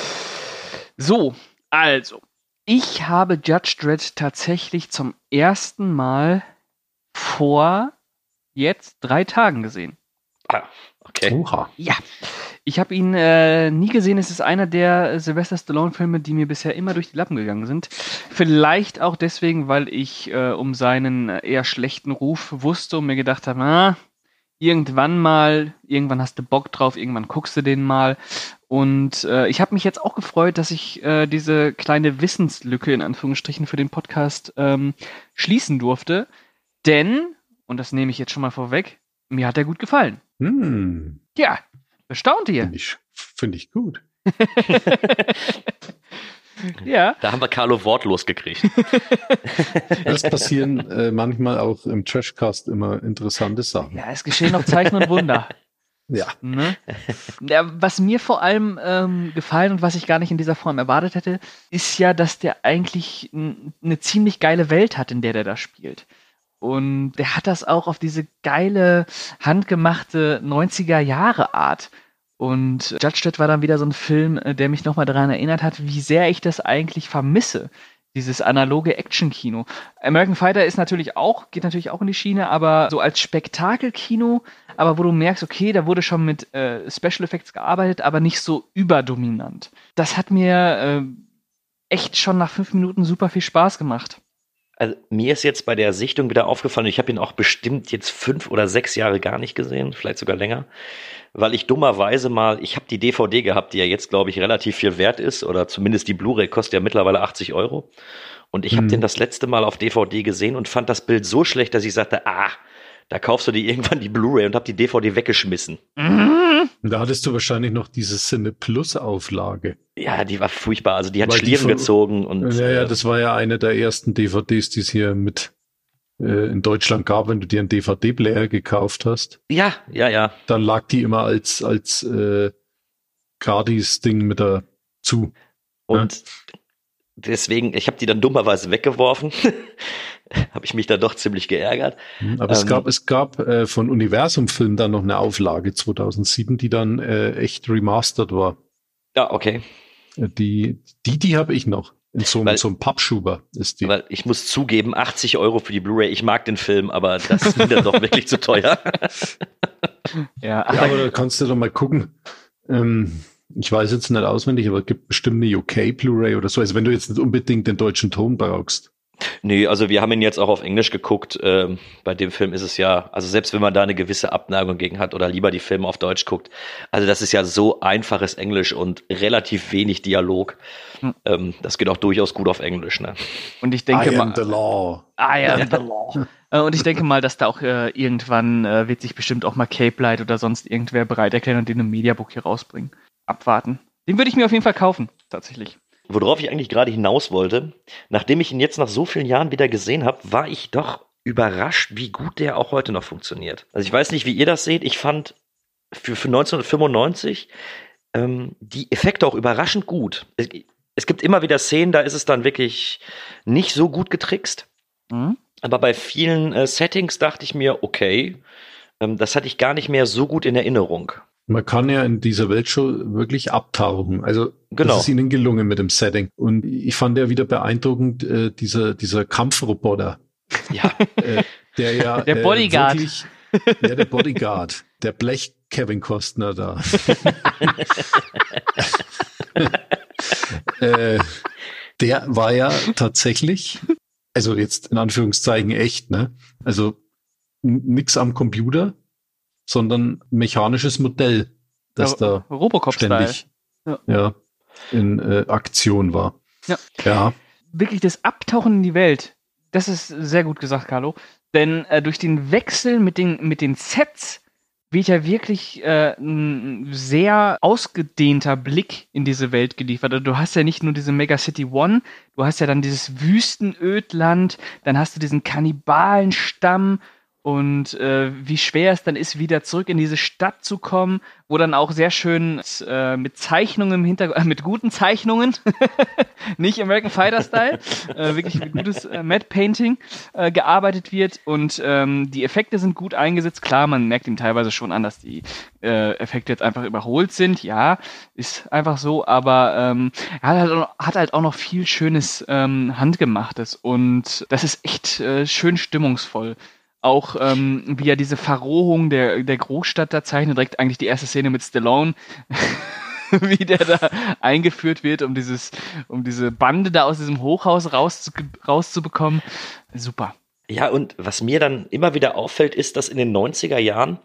So, also, ich habe Judge Dredd tatsächlich zum ersten Mal vor jetzt 3 Tagen gesehen. Ah, okay. Oha. Ja, ich habe ihn nie gesehen. Es ist einer der Sylvester Stallone-Filme, die mir bisher immer durch die Lappen gegangen sind. Vielleicht auch deswegen, weil ich um seinen eher schlechten Ruf wusste und mir gedacht habe, irgendwann hast du Bock drauf, irgendwann guckst du den mal. Und ich habe mich jetzt auch gefreut, dass ich diese kleine Wissenslücke in Anführungsstrichen für den Podcast schließen durfte. Denn, und das nehme ich jetzt schon mal vorweg, mir hat er gut gefallen. Ja, bestaunt ihr. Finde ich gut. Ja. Da haben wir Carlo wortlos gekriegt. Das passieren manchmal auch im Trashcast immer interessante Sachen. Ja, es geschehen noch Zeichen und Wunder. Ja. Ne? Ja. Was mir vor allem gefallen und was ich gar nicht in dieser Form erwartet hätte, ist ja, dass der eigentlich eine ziemlich geile Welt hat, in der da spielt. Und der hat das auch auf diese geile, handgemachte 90er-Jahre-Art. Und Judge Dredd war dann wieder so ein Film, der mich nochmal daran erinnert hat, wie sehr ich das eigentlich vermisse. Dieses analoge Action-Kino. American Fighter geht natürlich auch in die Schiene, aber so als Spektakelkino, aber wo du merkst, okay, da wurde schon mit Special Effects gearbeitet, aber nicht so überdominant. Das hat mir echt schon nach 5 Minuten super viel Spaß gemacht. Also mir ist jetzt bei der Sichtung wieder aufgefallen, ich habe ihn auch bestimmt jetzt 5 oder 6 Jahre gar nicht gesehen, vielleicht sogar länger, weil ich dummerweise ich habe die DVD gehabt, die ja jetzt, glaube ich, relativ viel wert ist, oder zumindest die Blu-ray kostet ja mittlerweile 80 €. Und ich habe den das letzte Mal auf DVD gesehen und fand das Bild so schlecht, dass ich sagte, da kaufst du dir irgendwann die Blu-ray, und habe die DVD weggeschmissen. Da hattest du wahrscheinlich noch diese Cine Plus Auflage. Ja, die war furchtbar. Also die hat Schlieren gezogen. Und ja, das war ja eine der ersten DVDs, die es hier mit in Deutschland gab, wenn du dir einen DVD-Player gekauft hast. Ja. Dann lag die immer als Gratis-Ding mit dazu. Und deswegen, ich habe die dann dummerweise weggeworfen. Habe ich mich da doch ziemlich geärgert. Aber es gab von Universum Film dann noch eine Auflage 2007, die dann echt remastered war. Ja, okay. Die habe ich noch. In so einem Pappschuber ist die. Weil ich muss zugeben, 80 € für die Blu-ray. Ich mag den Film, aber das ist mir dann doch wirklich zu teuer. Ja, aber da kannst du doch mal gucken. Ich weiß jetzt nicht auswendig, aber es gibt bestimmt eine UK Blu-ray oder so. Also wenn du jetzt nicht unbedingt den deutschen Ton brauchst. Nee, also wir haben ihn jetzt auch auf Englisch geguckt. Bei dem Film ist es ja, also selbst wenn man da eine gewisse Abneigung gegen hat oder lieber die Filme auf Deutsch guckt, also das ist ja so einfaches Englisch und relativ wenig Dialog. Das geht auch durchaus gut auf Englisch, ne? Und ich denke I am the law. I am the law. Und ich denke mal, dass da auch irgendwann wird sich bestimmt auch mal Cape Light oder sonst irgendwer bereit erklären und den im Mediabook hier rausbringen. Abwarten. Den würde ich mir auf jeden Fall kaufen, tatsächlich. Worauf ich eigentlich gerade hinaus wollte, nachdem ich ihn jetzt nach so vielen Jahren wieder gesehen habe, war ich doch überrascht, wie gut der auch heute noch funktioniert. Also ich weiß nicht, wie ihr das seht. Ich fand für 1995 die Effekte auch überraschend gut. Es gibt immer wieder Szenen, da ist es dann wirklich nicht so gut getrickst. Aber bei vielen Settings dachte ich mir, okay, das hatte ich gar nicht mehr so gut in Erinnerung. Man kann ja in dieser Welt schon wirklich abtauchen. Also das ist ihnen gelungen mit dem Setting. Und ich fand ja wieder beeindruckend, dieser Kampfroboter. Ja. Der Bodyguard. Wirklich, der Bodyguard. Der Blech Kevin Costner da. Der war ja tatsächlich, also jetzt in Anführungszeichen echt, ne? Also nix am Computer, sondern mechanisches Modell, das da ständig in Aktion war. Ja. Wirklich das Abtauchen in die Welt, das ist sehr gut gesagt, Carlo. Denn durch den Wechsel mit den Sets wird ja wirklich ein sehr ausgedehnter Blick in diese Welt geliefert. Also du hast ja nicht nur diese Megacity One, du hast ja dann dieses Wüstenödland, dann hast du diesen Kannibalenstamm. Und wie schwer es dann ist, wieder zurück in diese Stadt zu kommen, wo dann auch sehr schön mit Zeichnungen im Hintergrund, mit guten Zeichnungen, nicht American Fighter Style, wirklich mit gutes Matte Painting gearbeitet wird. Und die Effekte sind gut eingesetzt. Klar, man merkt ihm teilweise schon an, dass die Effekte jetzt einfach überholt sind. Ja, ist einfach so. Aber er hat halt auch noch viel Schönes Handgemachtes. Und das ist echt schön stimmungsvoll. Auch wie er diese Verrohung der Großstadt da zeichnet, direkt eigentlich die erste Szene mit Stallone, wie der da eingeführt wird, um diese Bande da aus diesem Hochhaus rauszubekommen. Super. Ja, und was mir dann immer wieder auffällt, ist, dass in den 90er Jahren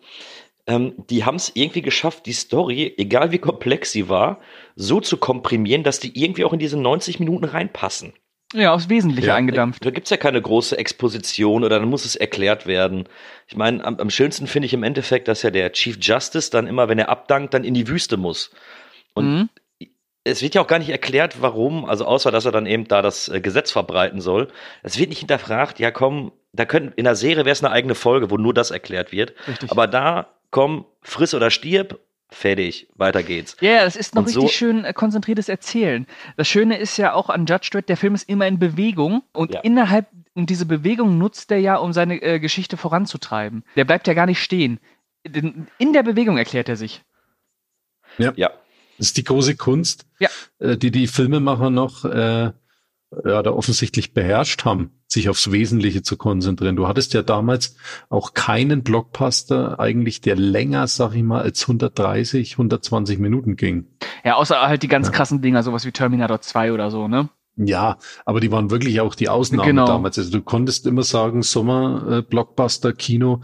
die haben es irgendwie geschafft, die Story, egal wie komplex sie war, so zu komprimieren, dass die irgendwie auch in diese 90 Minuten reinpassen. Ja, aufs Wesentliche eingedampft. Da gibt's ja keine große Exposition oder dann muss es erklärt werden. Ich meine, am schönsten finde ich im Endeffekt, dass ja der Chief Justice dann immer, wenn er abdankt, dann in die Wüste muss. Und es wird ja auch gar nicht erklärt, warum, also außer, dass er dann eben da das Gesetz verbreiten soll. Es wird nicht hinterfragt, ja komm, in der Serie wäre es eine eigene Folge, wo nur das erklärt wird. Richtig. Aber da, komm, friss oder stirb, fertig, weiter geht's. Ja, das ist noch richtig schön konzentriertes Erzählen. Das Schöne ist ja auch an Judge Dredd, der Film ist immer in Bewegung und und diese Bewegung nutzt er ja, um seine Geschichte voranzutreiben. Der bleibt ja gar nicht stehen. In der Bewegung erklärt er sich. Ja. Das ist die große Kunst, die Filmemacher noch da offensichtlich beherrscht haben, sich aufs Wesentliche zu konzentrieren. Du hattest ja damals auch keinen Blockbuster eigentlich, der länger, sag ich mal, als 130, 120 Minuten ging. Ja, außer halt die ganz krassen Dinger, sowas wie Terminator 2 oder so, ne? Ja, aber die waren wirklich auch die Ausnahme damals. Also du konntest immer sagen, Sommer-Blockbuster, Kino,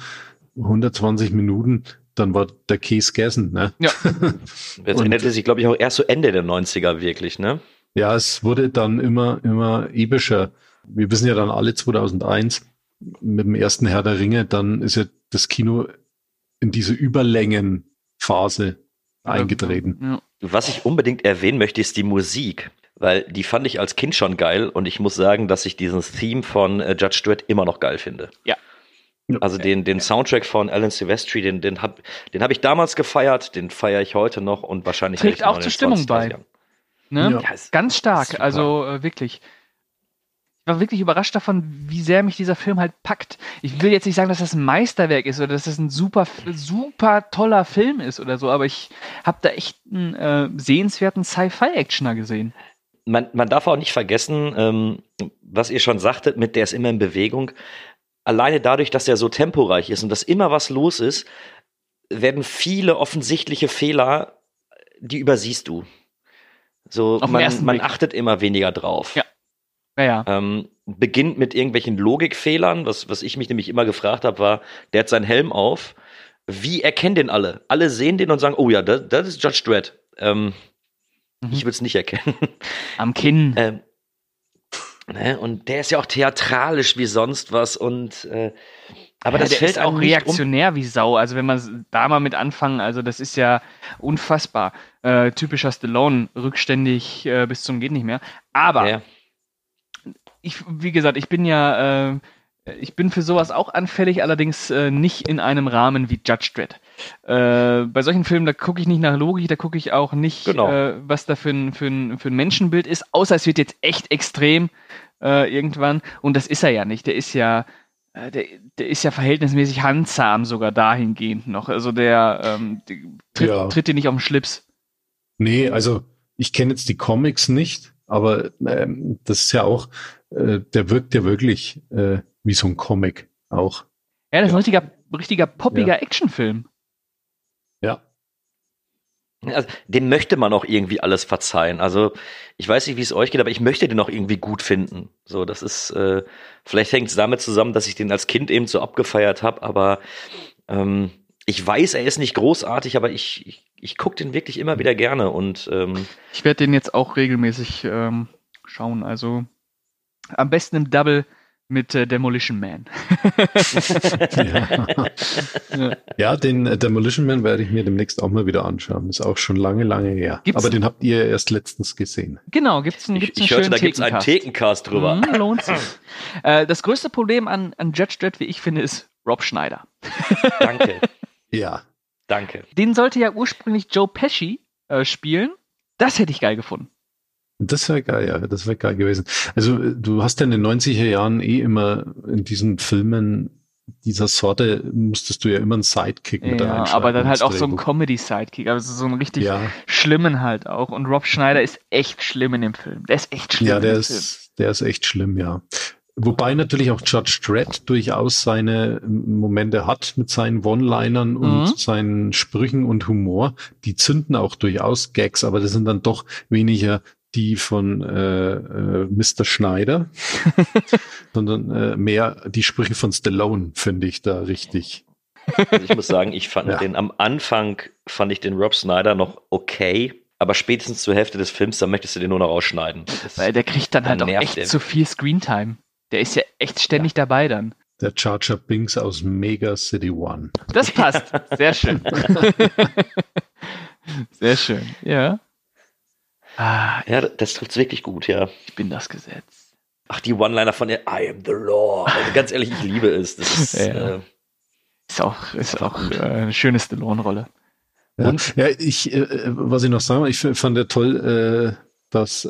120 Minuten, dann war der Käse gegessen, ne? Ja. Jetzt änderte sich, glaube ich, auch erst so Ende der 90er wirklich, ne? Ja, es wurde dann immer epischer. Wir wissen ja dann alle 2001 mit dem ersten Herr der Ringe, dann ist ja das Kino in diese Überlängenphase eingetreten. Ja. Was ich unbedingt erwähnen möchte, ist die Musik, weil die fand ich als Kind schon geil und ich muss sagen, dass ich dieses Theme von Judge Dredd immer noch geil finde. Ja. Also den Soundtrack von Alan Silvestri, den hab ich damals gefeiert, den feiere ich heute noch und wahrscheinlich trägt auch zur Stimmung bei. Ne? Ja. Ganz stark, also wirklich. Ich war wirklich überrascht davon, wie sehr mich dieser Film halt packt. Ich will jetzt nicht sagen, dass das ein Meisterwerk ist oder dass das ein super, super toller Film ist oder so, aber ich habe da echt einen sehenswerten Sci-Fi-Actioner gesehen. Man darf auch nicht vergessen, was ihr schon sagtet, mit der ist immer in Bewegung. Alleine dadurch, dass er so temporeich ist und dass immer was los ist, werden viele offensichtliche Fehler, die übersiehst du. So, man achtet immer weniger drauf. Ja. Beginnt mit irgendwelchen Logikfehlern, was ich mich nämlich immer gefragt habe, war, der hat seinen Helm auf. Wie erkennen den alle? Alle sehen den und sagen, oh ja, das ist Judge Dredd. Ich würde es nicht erkennen. Am Kinn. Ne? Und der ist ja auch theatralisch wie sonst was und aber ja, das fällt ist auch reaktionär wie Sau. Also wenn man da mal mit anfangen, also das ist ja unfassbar. Typischer Stallone, rückständig bis zum geht nicht mehr. Aber wie gesagt, ich bin für sowas auch anfällig, allerdings nicht in einem Rahmen wie Judge Dredd. Bei solchen Filmen, da gucke ich nicht nach Logik, da gucke ich auch nicht, was da für ein Menschenbild ist, außer es wird jetzt echt extrem irgendwann. Und das ist er ja nicht. Der ist ja verhältnismäßig handzahm sogar dahingehend noch. Also der tritt dir nicht auf den Schlips. Nee, also ich kenne jetzt die Comics nicht, aber das ist ja auch, der wirkt ja wirklich wie so ein Comic auch. Ja, das ist ein richtiger poppiger Actionfilm. Ja. Also, dem möchte man auch irgendwie alles verzeihen. Also ich weiß nicht, wie es euch geht, aber ich möchte den auch irgendwie gut finden. So, das ist, vielleicht hängt es damit zusammen, dass ich den als Kind eben so abgefeiert habe, aber ich weiß, er ist nicht großartig, aber ich gucke den wirklich immer wieder gerne und ich werde den jetzt auch regelmäßig schauen. Also am besten im Double mit Demolition Man. Ja, den Demolition Man werde ich mir demnächst auch mal wieder anschauen. Ist auch schon lange, lange her. Aber den habt ihr erst letztens gesehen. Genau, gibt's einen Ich hörte, da gibt's einen Thekencast drüber. Lohnt sich. Das größte Problem an Judge Dredd, wie ich finde, ist Rob Schneider. Danke. Ja. Danke. Den sollte ja ursprünglich Joe Pesci spielen. Das hätte ich geil gefunden. Das wäre geil, ja, das wäre geil gewesen. Also du hast ja in den 90er Jahren immer in diesen Filmen dieser Sorte musstest du ja immer einen Sidekick mit reinschreiben. Aber dann halt auch so einen Comedy-Sidekick, also so einen richtig schlimmen halt auch. Und Rob Schneider ist echt schlimm in dem Film. Der ist echt schlimm. Ja, der ist echt schlimm, ja. Wobei natürlich auch Judge Dredd durchaus seine Momente hat mit seinen One-Linern und seinen Sprüchen und Humor. Die zünden auch durchaus Gags, aber das sind dann doch weniger die von Mr. Schneider, sondern mehr die Sprüche von Stallone, finde ich da richtig. Also ich muss sagen, ich fand am Anfang fand ich den Rob Schneider noch okay, aber spätestens zur Hälfte des Films, da möchtest du den nur noch rausschneiden. Weil der kriegt dann halt auch echt zu viel Screentime. Der ist ja echt ständig dabei dann. Der Jar Jar Binks aus Mega City One. Das passt. Sehr schön. Sehr schön, ja. Ja, das trifft's wirklich gut, ja. Ich bin das Gesetz. Ach, die One-Liner von der I am the law. Also ganz ehrlich, ich liebe es. Das ist, ist auch eine schöne Stallone-Rolle. Ja, was ich noch sagen will, ich fand ja toll, dass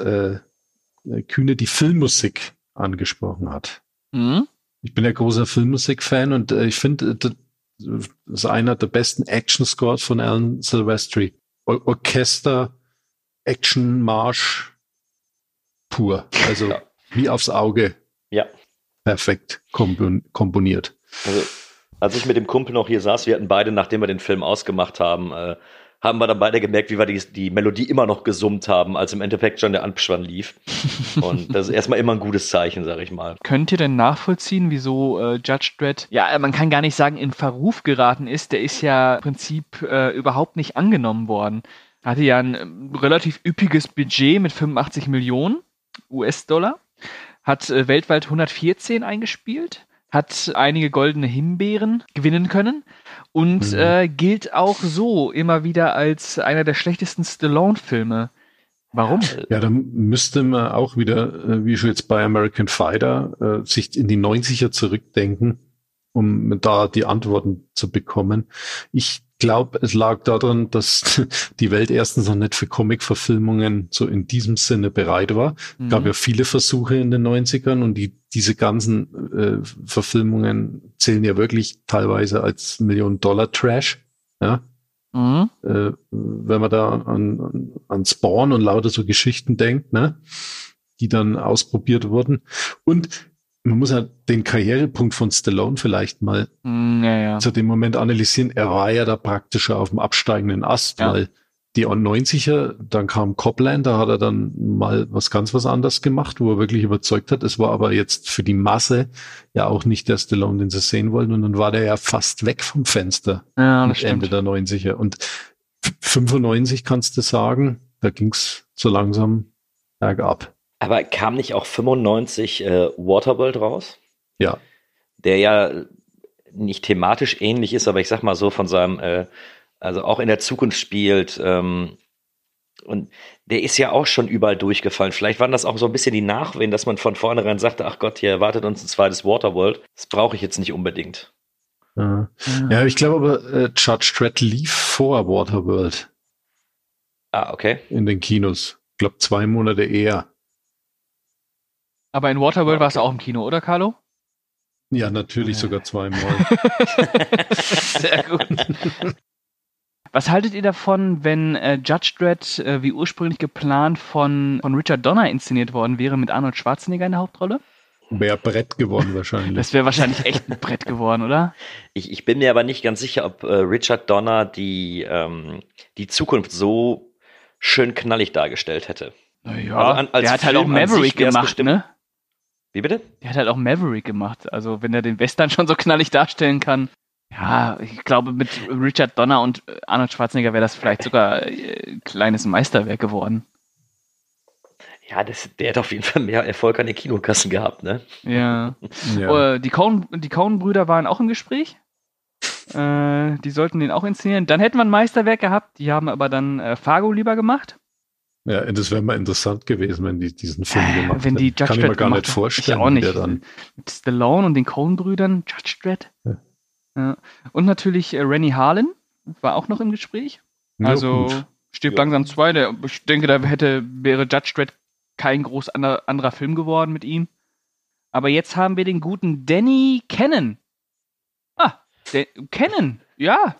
Kühne die Filmmusik angesprochen hat. Mhm. Ich bin ja großer Filmmusik-Fan und ich finde, das ist einer der besten Action-Scores von Alan Silvestri. Orchester, Action-Marsch pur. Also wie aufs Auge. Ja. Perfekt komponiert. Also, als ich mit dem Kumpel noch hier saß, wir hatten beide, nachdem wir den Film ausgemacht haben, haben wir dann beide gemerkt, wie wir die Melodie immer noch gesummt haben, als im Endeffekt schon der Abspann lief. Und das ist erstmal immer ein gutes Zeichen, sag ich mal. Könnt ihr denn nachvollziehen, wieso Judge Dredd, man kann gar nicht sagen, in Verruf geraten ist? Der ist ja im Prinzip überhaupt nicht angenommen worden. Hatte ja ein relativ üppiges Budget mit 85 Millionen US-Dollar, hat weltweit 114 eingespielt, hat einige goldene Himbeeren gewinnen können und gilt auch so immer wieder als einer der schlechtesten Stallone-Filme. Warum? Ja, da müsste man auch wieder, wie schon jetzt bei American Fighter, sich in die 90er zurückdenken, um da die Antworten zu bekommen. Ich glaube, es lag daran, dass die Welt erstens noch nicht für Comic-Verfilmungen so in diesem Sinne bereit war. Es gab ja viele Versuche in den 90ern und diese ganzen Verfilmungen zählen ja wirklich teilweise als Million-Dollar-Trash. Ja? Wenn man da an Spawn und lauter so Geschichten denkt, ne? Die dann ausprobiert wurden. Und man muss ja den Karrierepunkt von Stallone vielleicht mal zu dem Moment analysieren. Er war ja da praktisch schon auf dem absteigenden Ast, weil die 90er, dann kam Copland, da hat er dann mal was anderes gemacht, wo er wirklich überzeugt hat. Es war aber jetzt für die Masse ja auch nicht der Stallone, den sie sehen wollten. Und dann war der ja fast weg vom Fenster Ende der 90er. Und 95 kannst du sagen, da ging's so langsam bergab. Aber kam nicht auch 95 Waterworld raus? Ja. Der ja nicht thematisch ähnlich ist, aber ich sag mal so von seinem, also auch in der Zukunft spielt. Und der ist ja auch schon überall durchgefallen. Vielleicht waren das auch so ein bisschen die Nachwehen, dass man von vornherein sagte, ach Gott, hier erwartet uns ein zweites Waterworld. Das brauche ich jetzt nicht unbedingt. Ja, ich glaube aber, Judge Dredd lief vor Waterworld. Ah, okay. In den Kinos. Ich glaube 2 Monate eher. Aber in Waterworld warst du auch im Kino, oder, Carlo? Ja, natürlich sogar 2-mal. Sehr gut. Was haltet ihr davon, wenn Judge Dredd wie ursprünglich geplant von Richard Donner inszeniert worden wäre mit Arnold Schwarzenegger in der Hauptrolle? Wäre Brett geworden wahrscheinlich. Das wäre wahrscheinlich echt ein Brett geworden, oder? Ich bin mir aber nicht ganz sicher, ob Richard Donner die Zukunft so schön knallig dargestellt hätte. Naja, also der hat halt auch Maverick gemacht, ne? Wie bitte? Der hat halt auch Maverick gemacht. Also wenn er den Western schon so knallig darstellen kann. Ja, ich glaube mit Richard Donner und Arnold Schwarzenegger wäre das vielleicht sogar ein kleines Meisterwerk geworden. Ja, der hat auf jeden Fall mehr Erfolg an den Kinokassen gehabt, ne? Ja. Die Coen-Brüder waren auch im Gespräch. Die sollten den auch inszenieren. Dann hätten wir ein Meisterwerk gehabt. Die haben aber dann Fargo lieber gemacht. Ja, das wäre mal interessant gewesen, wenn die diesen Film gemacht hätten. Wenn die Judge Kann ich mir gar nicht vorstellen. Ich auch nicht. Der dann mit Stallone und den Coen-Brüdern, Judge Dredd. Ja. Und natürlich Rennie Harlin war auch noch im Gespräch. Also Stirb langsam 2. Ich denke, da wäre Judge Dredd kein groß anderer Film geworden mit ihm. Aber jetzt haben wir den guten Danny Cannon. Cannon, ja.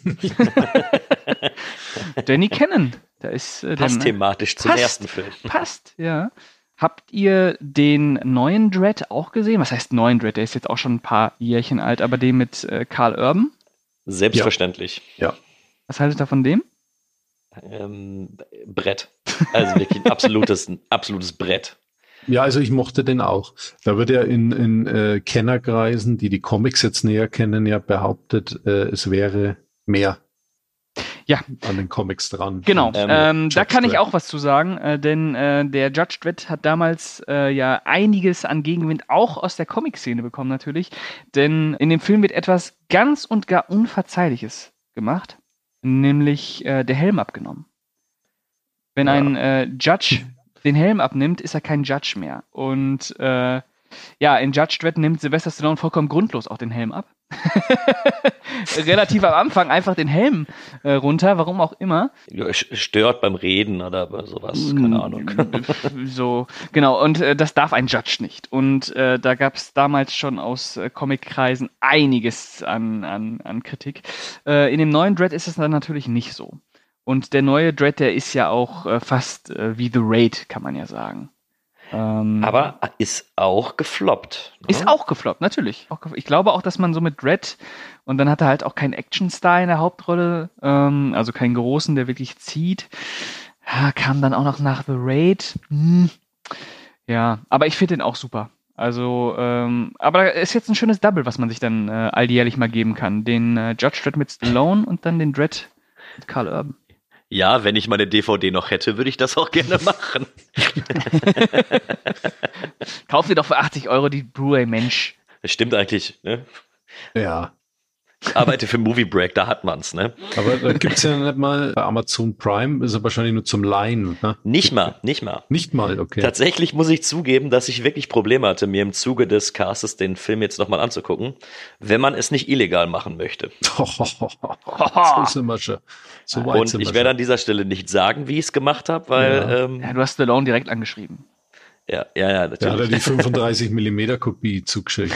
Danny Cannon. Da ist, passt thematisch zum ersten Film. Passt, ja. Habt ihr den neuen Dredd auch gesehen? Was heißt neuen Dredd? Der ist jetzt auch schon ein paar Jährchen alt, aber den mit Karl Urban? Selbstverständlich. Ja. Was haltet ihr von dem? Brett. Also wirklich ein absolutes Brett. Ja, also ich mochte den auch. Da wird ja in Kennerkreisen, die Comics jetzt näher kennen, ja behauptet, es wäre mehr an den Comics dran. Genau, da kann ich auch was zu sagen, denn der Judge Dredd hat damals ja einiges an Gegenwind auch aus der Comic-Szene bekommen natürlich, denn in dem Film wird etwas ganz und gar Unverzeihliches gemacht, nämlich der Helm abgenommen. Wenn ein Judge den Helm abnimmt, ist er kein Judge mehr. Und in Judge Dredd nimmt Sylvester Stallone vollkommen grundlos auch den Helm ab. Relativ am Anfang einfach den Helm runter, warum auch immer. Stört beim Reden oder sowas, keine Ahnung. So, genau, und das darf ein Judge nicht. Und da gab es damals schon aus Comic-Kreisen einiges an Kritik. In dem neuen Dredd ist es dann natürlich nicht so. Und der neue Dredd, der ist ja auch fast wie The Raid, kann man ja sagen. Aber ist auch gefloppt. Ne? Ist auch gefloppt, natürlich. Ich glaube auch, dass man so mit Dredd, und dann hat er halt auch keinen Actionstar in der Hauptrolle, also keinen großen, der wirklich zieht. Ja, kam dann auch noch nach The Raid. Ja, aber ich finde den auch super. Also, aber ist jetzt ein schönes Double, was man sich dann alljährlich mal geben kann. Den Judge Dredd mit Stallone und dann den Dredd mit Karl Urban. Ja, wenn ich meine DVD noch hätte, würde ich das auch gerne machen. Kauf dir doch für 80 € die Blu-ray, Mensch. Das stimmt eigentlich, ne? Ja. Ich arbeite für Movie Break, da hat man's, ne? Aber da gibt's ja nicht mal, bei Amazon Prime ist er wahrscheinlich nur zum Leihen, ne? Nicht mal. Nicht mal, okay. Tatsächlich muss ich zugeben, dass ich wirklich Probleme hatte, mir im Zuge des Castes den Film jetzt nochmal anzugucken, wenn man es nicht illegal machen möchte. So sind wir schon. So weit und sind wir ich werde schon. an dieser Stelle nicht sagen, wie ich es gemacht habe, weil... du hast Stallone direkt angeschrieben. Ja, natürlich. Da hat er die 35mm Kopie zugeschickt.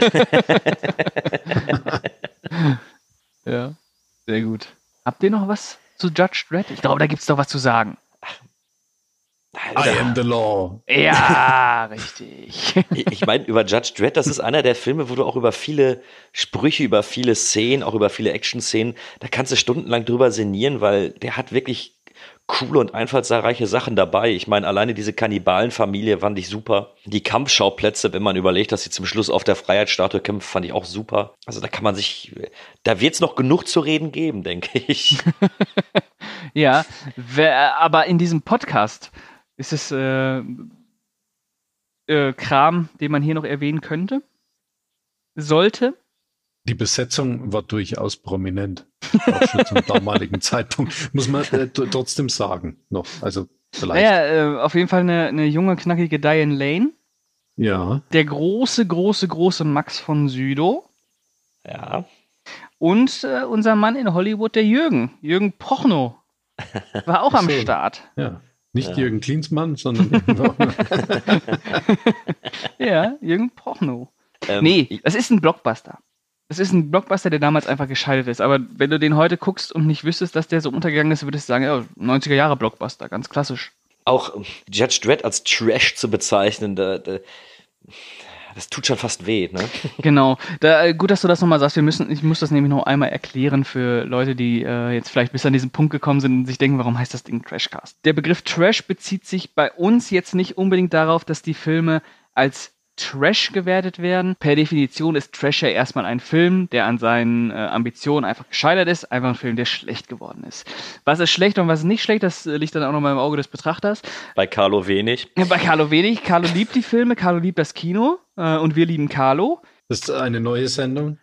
Ja, sehr gut. Habt ihr noch was zu Judge Dredd? Ich glaube, da gibt's doch was zu sagen. I am the law. Ja, richtig. Ich meine, über Judge Dredd, das ist einer der Filme, wo du auch über viele Sprüche, über viele Szenen, auch über viele Action-Szenen, da kannst du stundenlang drüber sinnieren, weil der hat wirklich coole und einfallsreiche Sachen dabei. Ich meine, alleine diese Kannibalenfamilie fand ich super. Die Kampfschauplätze, wenn man überlegt, dass sie zum Schluss auf der Freiheitsstatue kämpfen, fand ich auch super. Also da wird's noch genug zu reden geben, denke ich. Ja, aber in diesem Podcast ist es Kram, den man hier noch erwähnen sollte. Die Besetzung war durchaus prominent. Auch schon zum damaligen Zeitpunkt. Muss man trotzdem sagen. Noch. Also vielleicht. Naja, auf jeden Fall eine junge, knackige Diane Lane. Ja. Der große Max von Sydow. Ja. Und unser Mann in Hollywood, der Jürgen Prochnow. War auch am Start. Ja. Nicht Jürgen Klinsmann, sondern ja, Jürgen Prochnow. Nee, das ist ein Blockbuster. Das ist ein Blockbuster, der damals einfach gescheitert ist. Aber wenn du den heute guckst und nicht wüsstest, dass der so untergegangen ist, würdest du sagen, ja, 90er-Jahre-Blockbuster, ganz klassisch. Auch Judge Dredd als Trash zu bezeichnen, das tut schon fast weh, ne? Genau. Gut, dass du das nochmal sagst. Ich muss das nämlich noch einmal erklären für Leute, die jetzt vielleicht bis an diesen Punkt gekommen sind und sich denken, warum heißt das Ding Trashcast? Der Begriff Trash bezieht sich bei uns jetzt nicht unbedingt darauf, dass die Filme als Trash gewertet werden. Per Definition ist Trash ja erstmal ein Film, der an seinen Ambitionen einfach gescheitert ist. Einfach ein Film, der schlecht geworden ist. Was ist schlecht und was ist nicht schlecht, das liegt dann auch nochmal im Auge des Betrachters. Bei Carlo wenig. Ja, bei Carlo wenig. Carlo liebt die Filme, Carlo liebt das Kino und wir lieben Carlo. Das ist eine neue Sendung.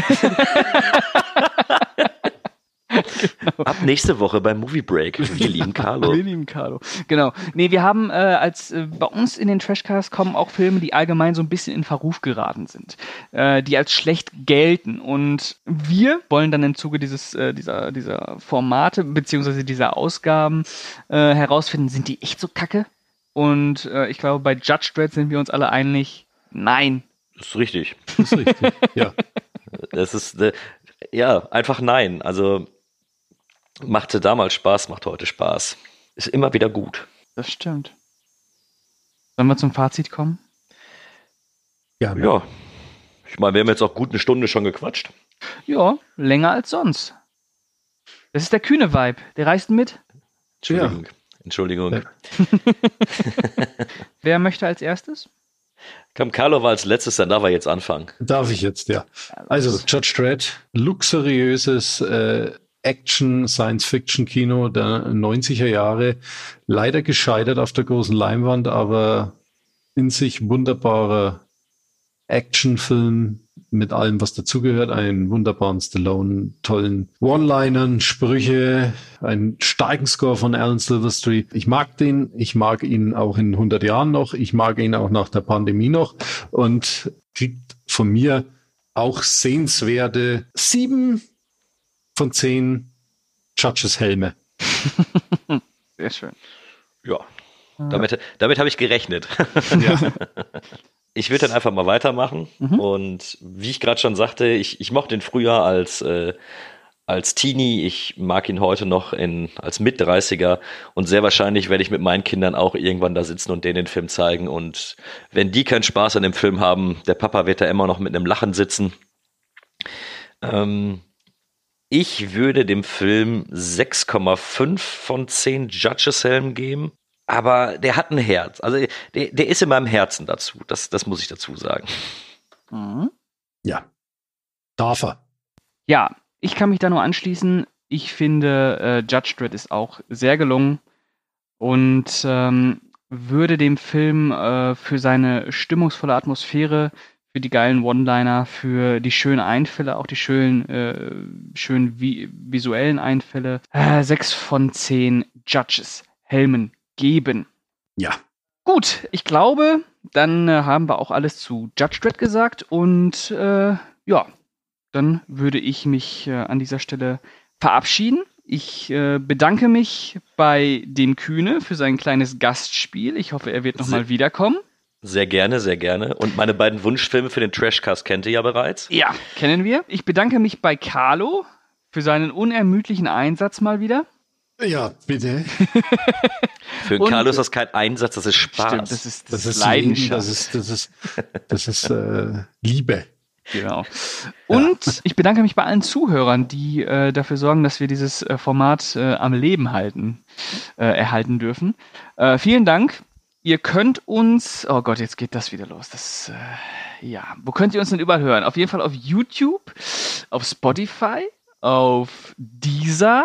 Genau. Ab nächste Woche beim Movie Break. Wir lieben Carlo. Wir lieben Carlo. Genau. Nee, wir haben bei uns in den Trashcasts kommen auch Filme, die allgemein so ein bisschen in Verruf geraten sind, die als schlecht gelten. Und wir wollen dann im Zuge dieser Formate beziehungsweise dieser Ausgaben herausfinden, sind die echt so kacke? Und ich glaube, bei Judge Dredd sind wir uns alle einig, nein. Das ist richtig. Ja. Das ist, einfach nein. Also machte damals Spaß, macht heute Spaß. Ist immer wieder gut. Das stimmt. Sollen wir zum Fazit kommen? Ja. Ich meine, wir haben jetzt auch gut eine Stunde schon gequatscht. Ja, länger als sonst. Das ist der kühne Vibe. Der reißt mit. Entschuldigung. Ja. Wer möchte als erstes? Komm, Carlo war als letztes, dann darf er jetzt anfangen. Darf ich jetzt, ja. Also, Judge Dredd, luxuriöses Action-Science-Fiction-Kino der 90er Jahre. Leider gescheitert auf der großen Leinwand, aber in sich wunderbarer Actionfilm mit allem, was dazugehört. Einen wunderbaren Stallone, tollen One-Linern, Sprüche, einen starken Score von Alan Silvestri. Ich mag den. Ich mag ihn auch in 100 Jahren noch. Ich mag ihn auch nach der Pandemie noch und kriegt von mir auch sehenswerte 7 von 10 Judges Helme. Sehr schön. Ja, damit habe ich gerechnet. Ja. Ich würde dann einfach mal weitermachen. Und wie ich gerade schon sagte, ich mochte ihn früher als Teenie. Ich mag ihn heute noch als Mit-30er. Und sehr wahrscheinlich werde ich mit meinen Kindern auch irgendwann da sitzen und denen den Film zeigen. Und wenn die keinen Spaß an dem Film haben, der Papa wird da immer noch mit einem Lachen sitzen. Ich würde dem Film 6,5 von 10 Judges-Helmen geben. Aber der hat ein Herz. Also der ist in meinem Herzen dazu. Das muss ich dazu sagen. Ja. Darf er. Ja, ich kann mich da nur anschließen. Ich finde, Judge Dredd ist auch sehr gelungen und würde dem Film für seine stimmungsvolle Atmosphäre, für die geilen One-Liner, für die schönen Einfälle, auch die schönen visuellen Einfälle, 6 von 10 Judges-Helmen geben. Ja. Gut, ich glaube, dann haben wir auch alles zu Judge Dredd gesagt und ja, dann würde ich mich an dieser Stelle verabschieden. Ich bedanke mich bei dem Kühne für sein kleines Gastspiel. Ich hoffe, er wird nochmal wiederkommen. Sehr gerne, sehr gerne. Und meine beiden Wunschfilme für den Trashcast kennt ihr ja bereits. Ja, kennen wir. Ich bedanke mich bei Carlo für seinen unermüdlichen Einsatz mal wieder. Ja, bitte. Für Carlo ist das kein Einsatz, das ist Spaß. Stimmt, das ist Leidenschaft. Das ist Liebe. Genau. Und ich bedanke mich bei allen Zuhörern, die dafür sorgen, dass wir dieses Format am Leben erhalten dürfen. Vielen Dank. Ihr könnt uns, oh Gott, jetzt geht das wieder los. Wo könnt ihr uns denn überall hören? Auf jeden Fall auf YouTube, auf Spotify, auf Deezer,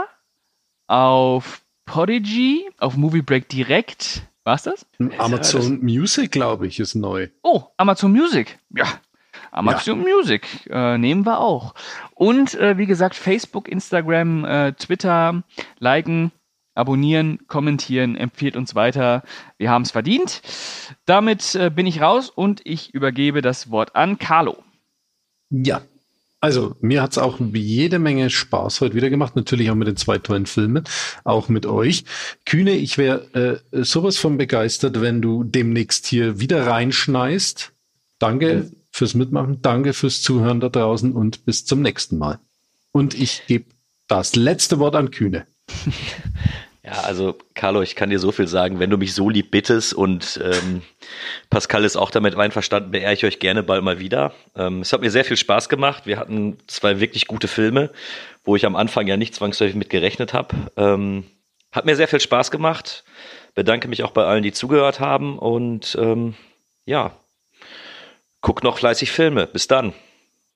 auf Podigy, auf Movie Break Direct. War's das? Amazon Music, glaube ich, ist neu. Oh, Amazon Music. Ja, Amazon Music nehmen wir auch. Und wie gesagt, Facebook, Instagram, Twitter, liken, abonnieren, kommentieren, empfiehlt uns weiter. Wir haben es verdient. Damit bin ich raus und ich übergebe das Wort an Carlo. Ja. Also, mir hat es auch jede Menge Spaß heute wieder gemacht. Natürlich auch mit den 2 tollen Filmen. Auch mit euch. Kühne, ich wäre sowas von begeistert, wenn du demnächst hier wieder reinschneist. Danke fürs Mitmachen. Danke fürs Zuhören da draußen und bis zum nächsten Mal. Und ich gebe das letzte Wort an Kühne. Ja, also Carlo, ich kann dir so viel sagen, wenn du mich so lieb bittest und Pascal ist auch damit einverstanden, beehre ich euch gerne bald mal wieder. Es hat mir sehr viel Spaß gemacht. Wir hatten 2 wirklich gute Filme, wo ich am Anfang ja nicht zwangsläufig mit gerechnet habe. Hat mir sehr viel Spaß gemacht. Bedanke mich auch bei allen, die zugehört haben und guck noch fleißig Filme. Bis dann.